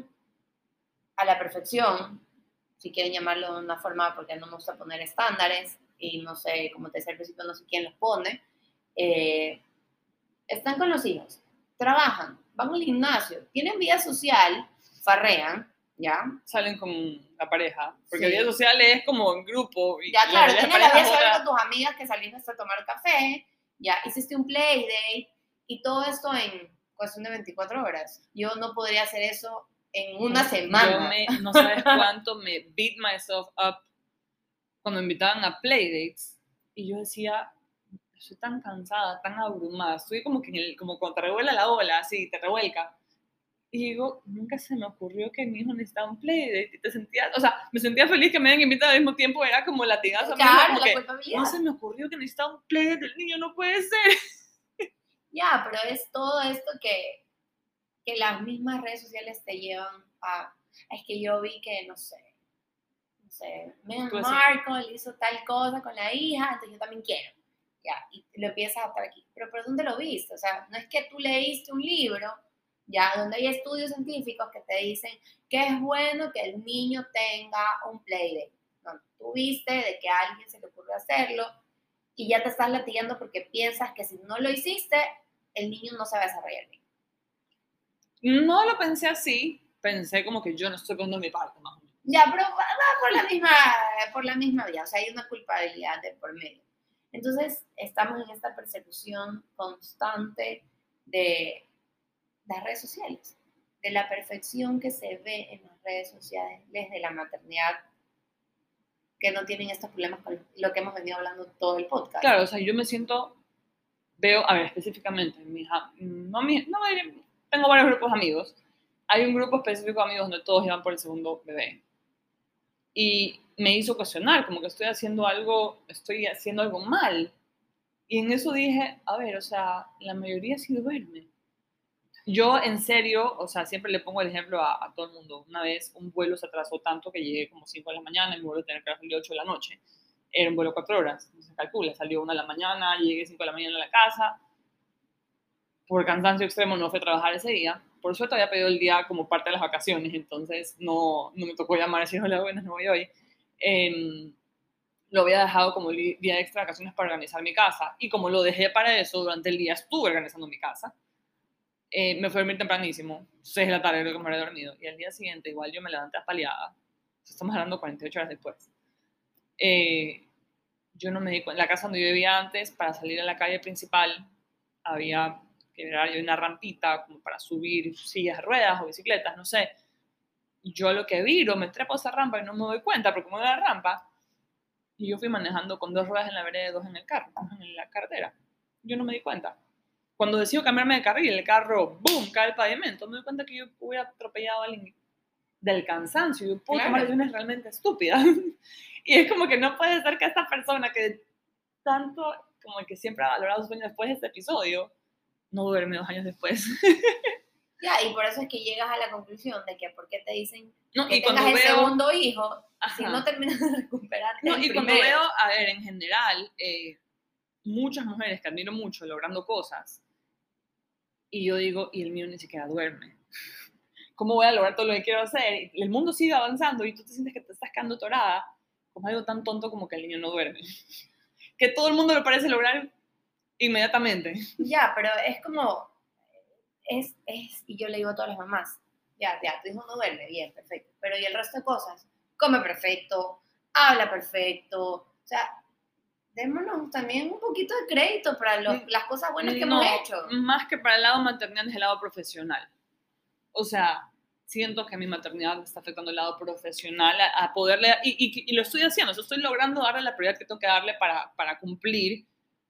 a la perfección, si quieren llamarlo de una forma, porque no me gusta poner estándares, y no sé, como te decía al principio, no sé quién los pone, eh, están con los hijos, trabajan, van al gimnasio, tienen vida social, farrean, ¿ya? Salen con la pareja, porque Sí. vida social es como en grupo. Y Ya, claro, la tienes la pareja vida es social otra. con tus amigas que saliste a tomar café, ya, hiciste un playdate, y todo esto en cuestión de veinticuatro horas. Yo no podría hacer eso en una semana. Yo me, no sabes cuánto me beat myself up cuando me invitaban a playdates, y yo decía, estoy tan cansada, tan abrumada, estoy como que en el, como cuando te revuela la ola, así, te revuelca. Y digo, nunca se me ocurrió que mi hijo necesitaba un playdate. Y te sentías, o sea, me sentía feliz que me hayan invitado al mismo tiempo, era como latigazo. Claro, como la que, culpabilidad. no se me ocurrió que necesitaba un playdate del niño, no puede ser. Ya, pero es todo esto que, que las mismas redes sociales te llevan a... Es que yo vi que, no sé, no sé, Meghan Tú así. Markle hizo tal cosa con la hija, entonces yo también quiero. Ya, y lo empiezas a adaptar aquí. Pero ¿por dónde lo viste? O sea, no es que tú leíste un libro, ya, donde hay estudios científicos que te dicen que es bueno que el niño tenga un playdate. No, tú viste de que a alguien se le ocurrió hacerlo y ya te estás latigando porque piensas que si no lo hiciste, el niño no se va a desarrollar bien. No lo pensé así, pensé como que yo no estoy poniendo mi parte, más o menos. Ya, pero va, va por la misma, por la misma vía, o sea, hay una culpabilidad de por medio. Entonces, estamos en esta persecución constante de las redes sociales, de la perfección que se ve en las redes sociales desde la maternidad, que no tienen estos problemas con lo que hemos venido hablando todo el podcast. Claro, o sea, yo me siento, veo, a ver, específicamente, mis, no, mi, no, tengo varios grupos de amigos, hay un grupo específico de amigos donde todos llevan por el segundo bebé. Y me hizo cuestionar, como que estoy haciendo algo, estoy haciendo algo mal. Y en eso dije, a ver, o sea, la mayoría sí duerme. Yo, en serio, o sea, siempre le pongo el ejemplo a, a todo el mundo. Una vez un vuelo se atrasó tanto que llegué como cinco de la mañana y mi vuelo tenía que salir ocho de la noche. Era un vuelo cuatro horas, no se calcula. Salió una de la mañana, llegué cinco de la mañana a la casa. Por cansancio extremo no fui a trabajar ese día. Por suerte había pedido el día como parte de las vacaciones, entonces no, no me tocó llamar y decir, hola, buenas, no voy hoy. Eh, lo había dejado como día extra de vacaciones para organizar mi casa. Y como lo dejé para eso, durante el día estuve organizando mi casa. Eh, me fui a dormir tempranísimo, seis de la tarde creo que me había dormido. Y al día siguiente igual yo me levanté apaleada. Estamos hablando cuarenta y ocho horas después. Eh, yo no me di cuenta. La casa donde yo vivía antes, para salir a la calle principal, había que había una rampita como para subir sillas de ruedas o bicicletas, no sé. Y yo lo que viro, me trepo a esa rampa y no me doy cuenta porque me voy a la rampa. Y yo fui manejando con dos ruedas en la vereda y dos en el carro, en la carretera. Yo no me di cuenta. Cuando decido cambiarme de carril, el carro, boom, cae al pavimento. Me doy cuenta que yo hubiera atropellado a alguien del cansancio. Yo puedo Claro. tomar decisiones realmente estúpidas. Y es como que no puede ser que esta persona que tanto, como el que siempre ha valorado sus sueños después de este episodio, no duerme dos años después. Ya, y por eso es que llegas a la conclusión de que por qué te dicen No, que y tengas cuando el veo, segundo hijo, ajá. si no terminas de recuperar No, el y cuando primero. veo, a ver, en general, eh, muchas mujeres que admiro mucho logrando cosas, y yo digo, y el mío ni siquiera duerme. ¿Cómo voy a lograr todo lo que quiero hacer? El mundo sigue avanzando y tú te sientes que te estás quedando atorada como algo tan tonto como que el niño no duerme. Que todo el mundo lo parece lograr inmediatamente. Ya, pero es como, es, es, y yo le digo a todas las mamás, ya, ya, tu hijo no duerme, bien, perfecto, pero y el resto de cosas, come perfecto, habla perfecto, o sea, démonos también un poquito de crédito para los, las cosas buenas que no, hemos hecho. Más que para el lado maternal es el lado profesional. O sea, siento que mi maternidad me está afectando el lado profesional a, a poderle, y, y, y lo estoy haciendo, o sea, estoy logrando darle la prioridad que tengo que darle para, para cumplir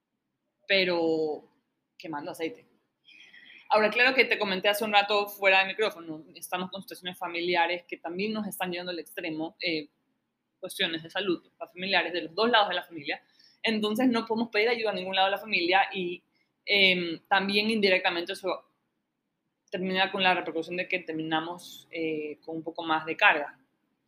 pero quemando aceite. Ahora, claro que te comenté hace un rato fuera de micrófono, estamos con situaciones familiares que también nos están llevando al extremo, eh, cuestiones de salud familiares de los dos lados de la familia, entonces no podemos pedir ayuda a ningún lado de la familia y eh, también indirectamente eso termina con la repercusión de que terminamos eh, con un poco más de carga.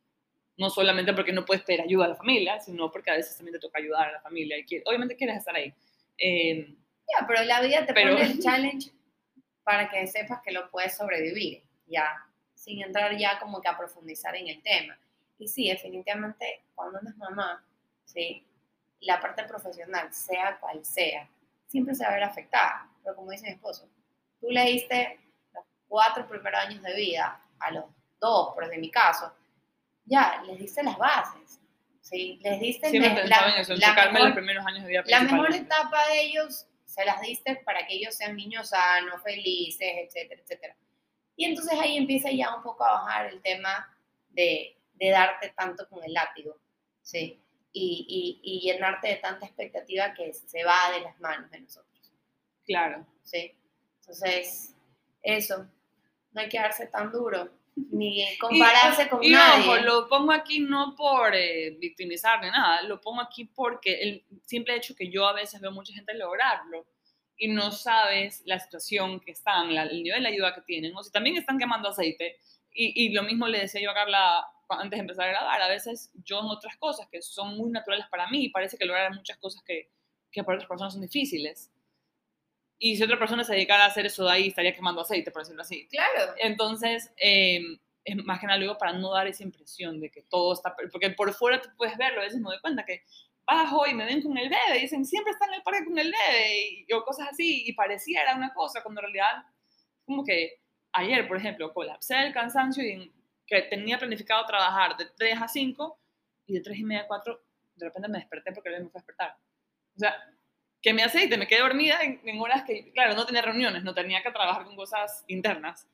No solamente porque no puedes pedir ayuda a la familia, sino porque a veces también te toca ayudar a la familia y que, obviamente quieres estar ahí. Eh, Ya, pero la vida te pero- pone el challenge para que sepas que lo puedes sobrevivir, ya, sin entrar ya como que a profundizar en el tema. Y sí, definitivamente, cuando uno es mamá, sí, la parte profesional, sea cual sea, siempre se va a ver afectada. Pero como dice mi esposo, tú le diste los cuatro primeros años de vida a los dos, por en mi caso, ya, les diste las bases, ¿sí? Les diste siempre la- pensaba en eso, la enfocarme en mejor- los primeros años de vida la mejor principalmente. etapa de ellos se las diste para que ellos sean niños sanos, felices, etcétera, etcétera. Y entonces ahí empieza ya un poco a bajar el tema de, de darte tanto con el látigo, ¿sí? Y, y, y llenarte de tanta expectativa que se va de las manos de nosotros, Claro. ¿sí? Entonces, eso, no hay que darse tan duro, ni compararse y, con y nadie. ojo, lo pongo aquí no por eh, victimizar ni nada, lo pongo aquí porque el simple hecho que yo a veces veo mucha gente lograrlo y no sabes la situación que están, la, el nivel de ayuda que tienen, o si también están quemando aceite. Y, y lo mismo le decía yo a Carla antes de empezar a grabar, a veces yo en otras cosas que son muy naturales para mí, parece que lograr muchas cosas que, que para otras personas son difíciles. Y si otra persona se dedicara a hacer eso de ahí, estaría quemando aceite, por decirlo así. Claro. Entonces, eh, es más que nada luego para no dar esa impresión de que todo está... Porque por fuera tú puedes verlo, a veces me doy cuenta que bajo y me ven con el bebé y dicen, siempre está en el parque con el bebé, y, o cosas así, y pareciera una cosa, cuando en realidad, como que ayer, por ejemplo, colapsé el cansancio y que tenía planificado trabajar de tres a cinco, y de tres y media a cuatro, de repente me desperté porque el bebé me fue a despertar. O sea, que me aceite, me quedé dormida en, en horas que, claro, no tenía reuniones, no tenía que trabajar con cosas internas,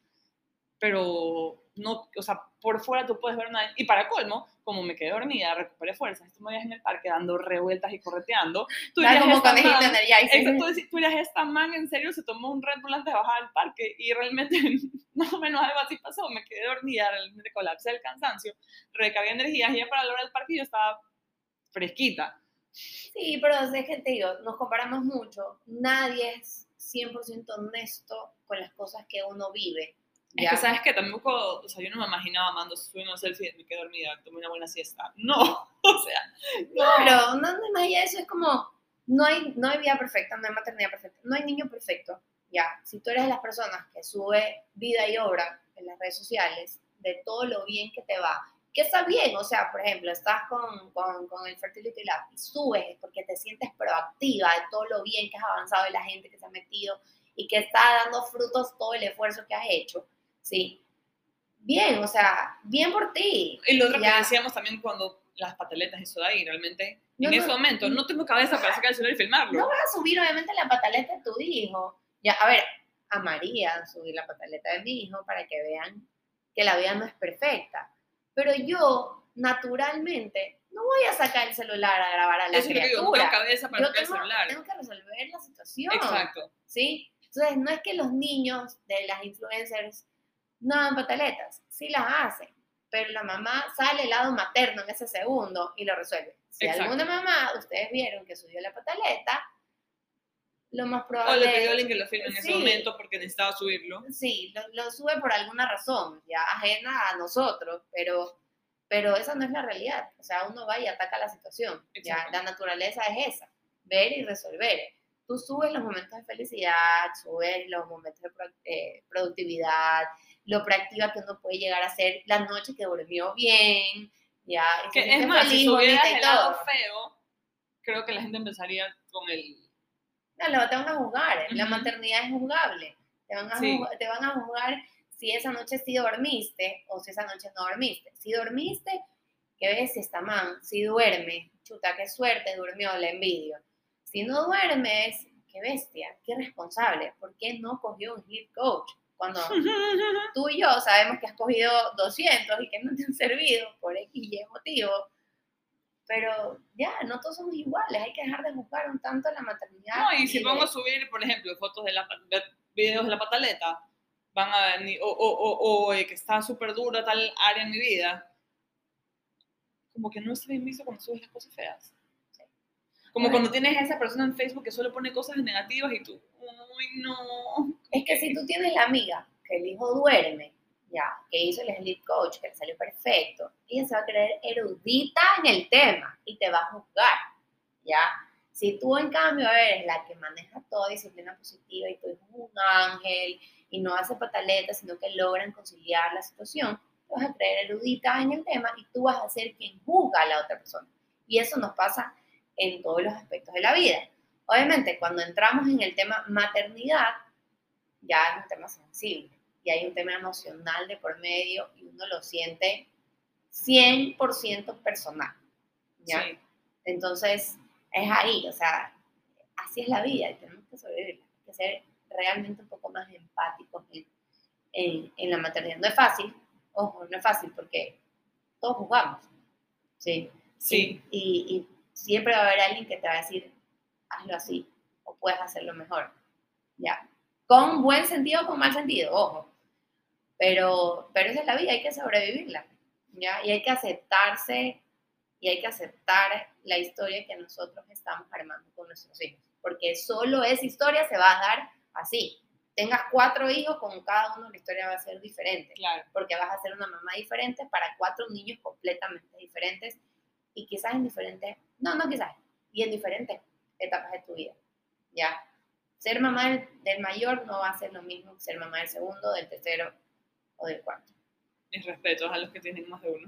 pero no, o sea, por fuera tú puedes ver una... Y para colmo, como me quedé dormida, recuperé fuerzas, estuve días en el parque dando revueltas y correteando. Tú Tal dirías, como esta cuando man, dijiste Energizer. exacto, tú, tú dirías, esta man en serio se tomó un Red Bull antes de bajar al parque, y realmente más o menos algo así pasó, me quedé dormida, realmente colapsé el cansancio, recargué energías y ya para la hora del parque yo estaba fresquita. Sí, pero es que te digo, nos comparamos mucho. Nadie es cien por ciento honesto con las cosas que uno vive. ¿ya? Es que, ¿sabes qué? Tampoco, o sea, yo no me imaginaba mando subiendo una selfie, me quedé dormida, tomé una buena siesta. No, o sea, no. Pero no, no, más allá de eso es como, no hay, no hay vida perfecta, no hay maternidad perfecta, no hay niño perfecto. Ya, si tú eres de las personas que sube vida y obra en las redes sociales de todo lo bien que te va, que está bien, o sea, por ejemplo, estás con, con, con el Fertility Lab y subes porque te sientes proactiva de todo lo bien que has avanzado y la gente que se ha metido y que está dando frutos todo el esfuerzo que has hecho, ¿sí? Bien, o sea, bien por ti. Y lo otro ya. que decíamos también cuando las pataletas y eso de ahí, realmente, No, en no, ese momento, no tengo cabeza para sacar el celular y filmarlo. No vas a subir, obviamente, la pataleta de tu hijo. Ya, a ver, a María subir la pataleta de mi hijo para que vean que la vida no es perfecta. Pero yo, naturalmente, no voy a sacar el celular a grabar a la Eso es lo que digo, no criatura. tengo cabeza para Yo sacar el tengo, celular. tengo que resolver la situación. Exacto. ¿Sí? Entonces, no es que los niños de las influencers no hagan pataletas, sí las hacen, pero la mamá sale el lado materno en ese segundo y lo resuelve. Si Exacto. alguna mamá, ustedes vieron que subió la pataleta, lo más O probable le pidió a es... alguien que lo filme en sí, ese momento porque necesitaba subirlo. Sí, lo, lo sube por alguna razón, ya ajena a nosotros, pero, pero esa no es la realidad. O sea, uno va y ataca la situación. Ya, Exacto. la naturaleza es esa, ver y resolver. Tú subes los momentos de felicidad, subes los momentos de pro, eh, productividad, lo proactiva que uno puede llegar a ser, la noche que durmió bien, ya. Y se Que siente es más, feliz, si subieras bonita y el lado todo. feo, creo que la gente empezaría con el... No, lo- te van a juzgar. La Ujú. maternidad es juzgable. Te van, a Sí. juzgar, te van a juzgar si esa noche sí dormiste o si esa noche no dormiste. Si dormiste, qué ves si está mal. Si duerme, chuta, qué suerte, durmió, le envidio. Si no duermes, qué bestia, qué responsable. ¿Por qué no cogió un sleep coach? Cuando tú y yo sabemos que has cogido doscientos y que no te han servido por X y motivo. pero ya, no todos somos iguales, hay que dejar de juzgar un tanto la maternidad. No, y si de- pongo a subir, por ejemplo, fotos de la, de videos de la pataleta, van a venir, o, o, o, o eh, que está súper dura tal área en mi vida, como que no está bien visto cuando subes las cosas feas. Sí. Como Bueno, cuando tienes a esa persona en Facebook que solo pone cosas negativas y tú, uy, no. es que si tú tienes la amiga que el hijo duerme, ya, que hizo el sleep coach, que le salió perfecto, ella se va a creer erudita en el tema y te va a juzgar, ya. Si tú, en cambio, eres la que maneja toda disciplina positiva y tu hijo es un ángel y no hace pataletas, sino que logran conciliar la situación, te vas a creer erudita en el tema y tú vas a ser quien juzga a la otra persona. Y eso nos pasa en todos los aspectos de la vida. Obviamente, cuando entramos en el tema maternidad, ya es un tema sensible y hay un tema emocional de por medio y uno lo siente cien por ciento personal, ¿ya? Sí. Entonces, es ahí, o sea, así es la vida y tenemos que sobrevivir, hay que ser realmente un poco más empáticos en, en, en la maternidad. No es fácil, ojo, no es fácil porque todos jugamos, ¿sí? Sí. Y, y, y siempre va a haber alguien que te va a decir, hazlo así o puedes hacerlo mejor, ¿ya? Con buen sentido o con mal sentido, ojo. Pero, pero esa es la vida, hay que sobrevivirla, ¿ya? Y hay que aceptarse y hay que aceptar la historia que nosotros estamos armando con nuestros hijos. Porque solo esa historia se va a dar así. Tengas cuatro hijos, con cada uno la historia va a ser diferente. Claro. Porque vas a ser una mamá diferente para cuatro niños completamente diferentes y quizás en diferentes, no, no quizás, y en diferentes etapas de tu vida, ¿ya? Ser mamá del, del mayor no va a ser lo mismo que ser mamá del segundo, del tercero o del cuarto. Mis respetos a los que tienen más de uno.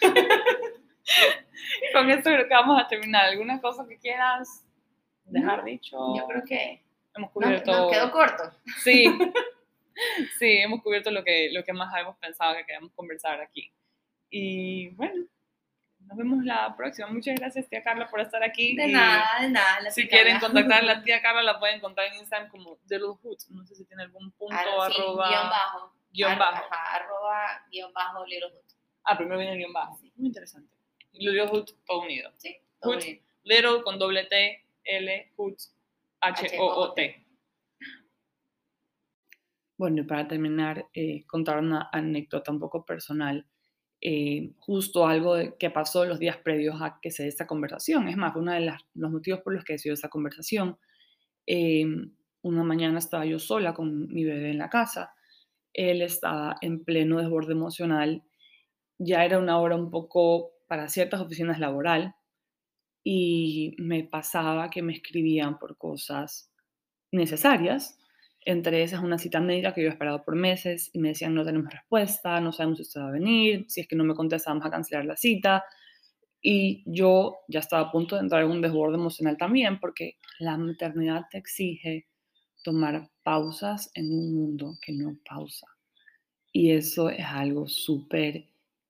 Con esto creo que vamos a terminar. ¿Alguna cosa que quieras dejar No, dicho? Yo creo que Hemos nos, cubierto. nos quedó corto. Sí, sí, hemos cubierto lo que, lo que más habíamos pensado que queríamos conversar aquí. Y bueno, nos vemos la próxima. Muchas gracias, tía Carla, por estar aquí. De y nada, de nada. La si picada. quieren contactar a la tía Carla, la pueden encontrar en Instagram como Littlehood. No sé si tiene algún punto, Ar- sí, arroba. guión bajo. Guión Ar- bajo. Ajá, arroba, guión bajo, Littlehood. Ah, primero viene el guión bajo. Sí. Muy interesante. Littlehood, todo unido. Sí, todo Hood, bien. Little con doble T, L, Hood, H O O T. Bueno, y para terminar, eh, contar una anécdota un poco personal. Eh, justo algo de- que pasó los días previos a que se dé esta conversación. Es más, fue uno de las- los motivos por los que se dio esta conversación. Eh, una mañana estaba yo sola con mi bebé en la casa. Él estaba en pleno desborde emocional. Ya era una hora un poco para ciertas oficinas laboral y me pasaba que me escribían por cosas necesarias. Entre esas, una cita médica que yo he esperado por meses y me decían: no tenemos respuesta, no sabemos si usted va a venir, si es que no me contesta vamos a cancelar la cita. Y yo ya estaba a punto de entrar en un desborde emocional también, porque la maternidad te exige tomar pausas en un mundo que no pausa. Y eso es algo súper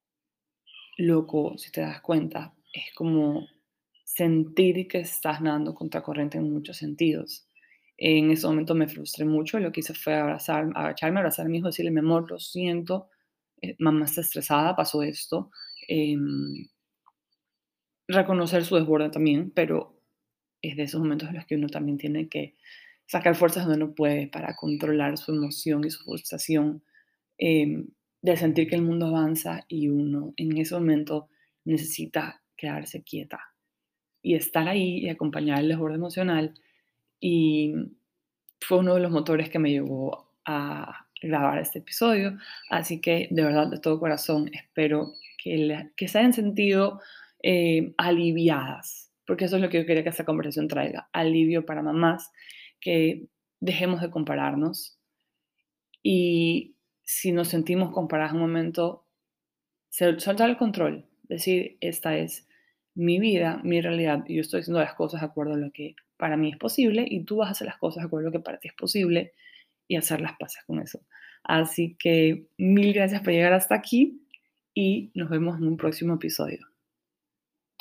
loco, si te das cuenta. Es como sentir que estás nadando contracorriente en muchos sentidos. En ese momento me frustré mucho, lo que hice fue abrazar, agacharme, abrazar a mi hijo, decirle: mi amor, lo siento, eh, mamá está estresada, pasó esto. Em, reconocer su desborde también, pero es de esos momentos en los que uno también tiene que sacar fuerzas donde no puede para controlar su emoción y su frustración, em, de sentir que el mundo avanza y uno en ese momento necesita quedarse quieta y estar ahí y acompañar el desborde emocional. Y fue uno de los motores que me llevó a grabar este episodio. Así que de verdad, de todo corazón, espero que, le- que se hayan sentido eh, aliviadas, porque eso es lo que yo quería que esta conversación traiga, alivio para mamás, que dejemos de compararnos y si nos sentimos comparadas en un momento, se- soltar el control, decir: esta es mi vida, mi realidad, y yo estoy haciendo las cosas de acuerdo a lo que para mí es posible, y tú vas a hacer las cosas de acuerdo a lo que para ti es posible, y hacer las paces con eso. Así que mil gracias por llegar hasta aquí, y nos vemos en un próximo episodio.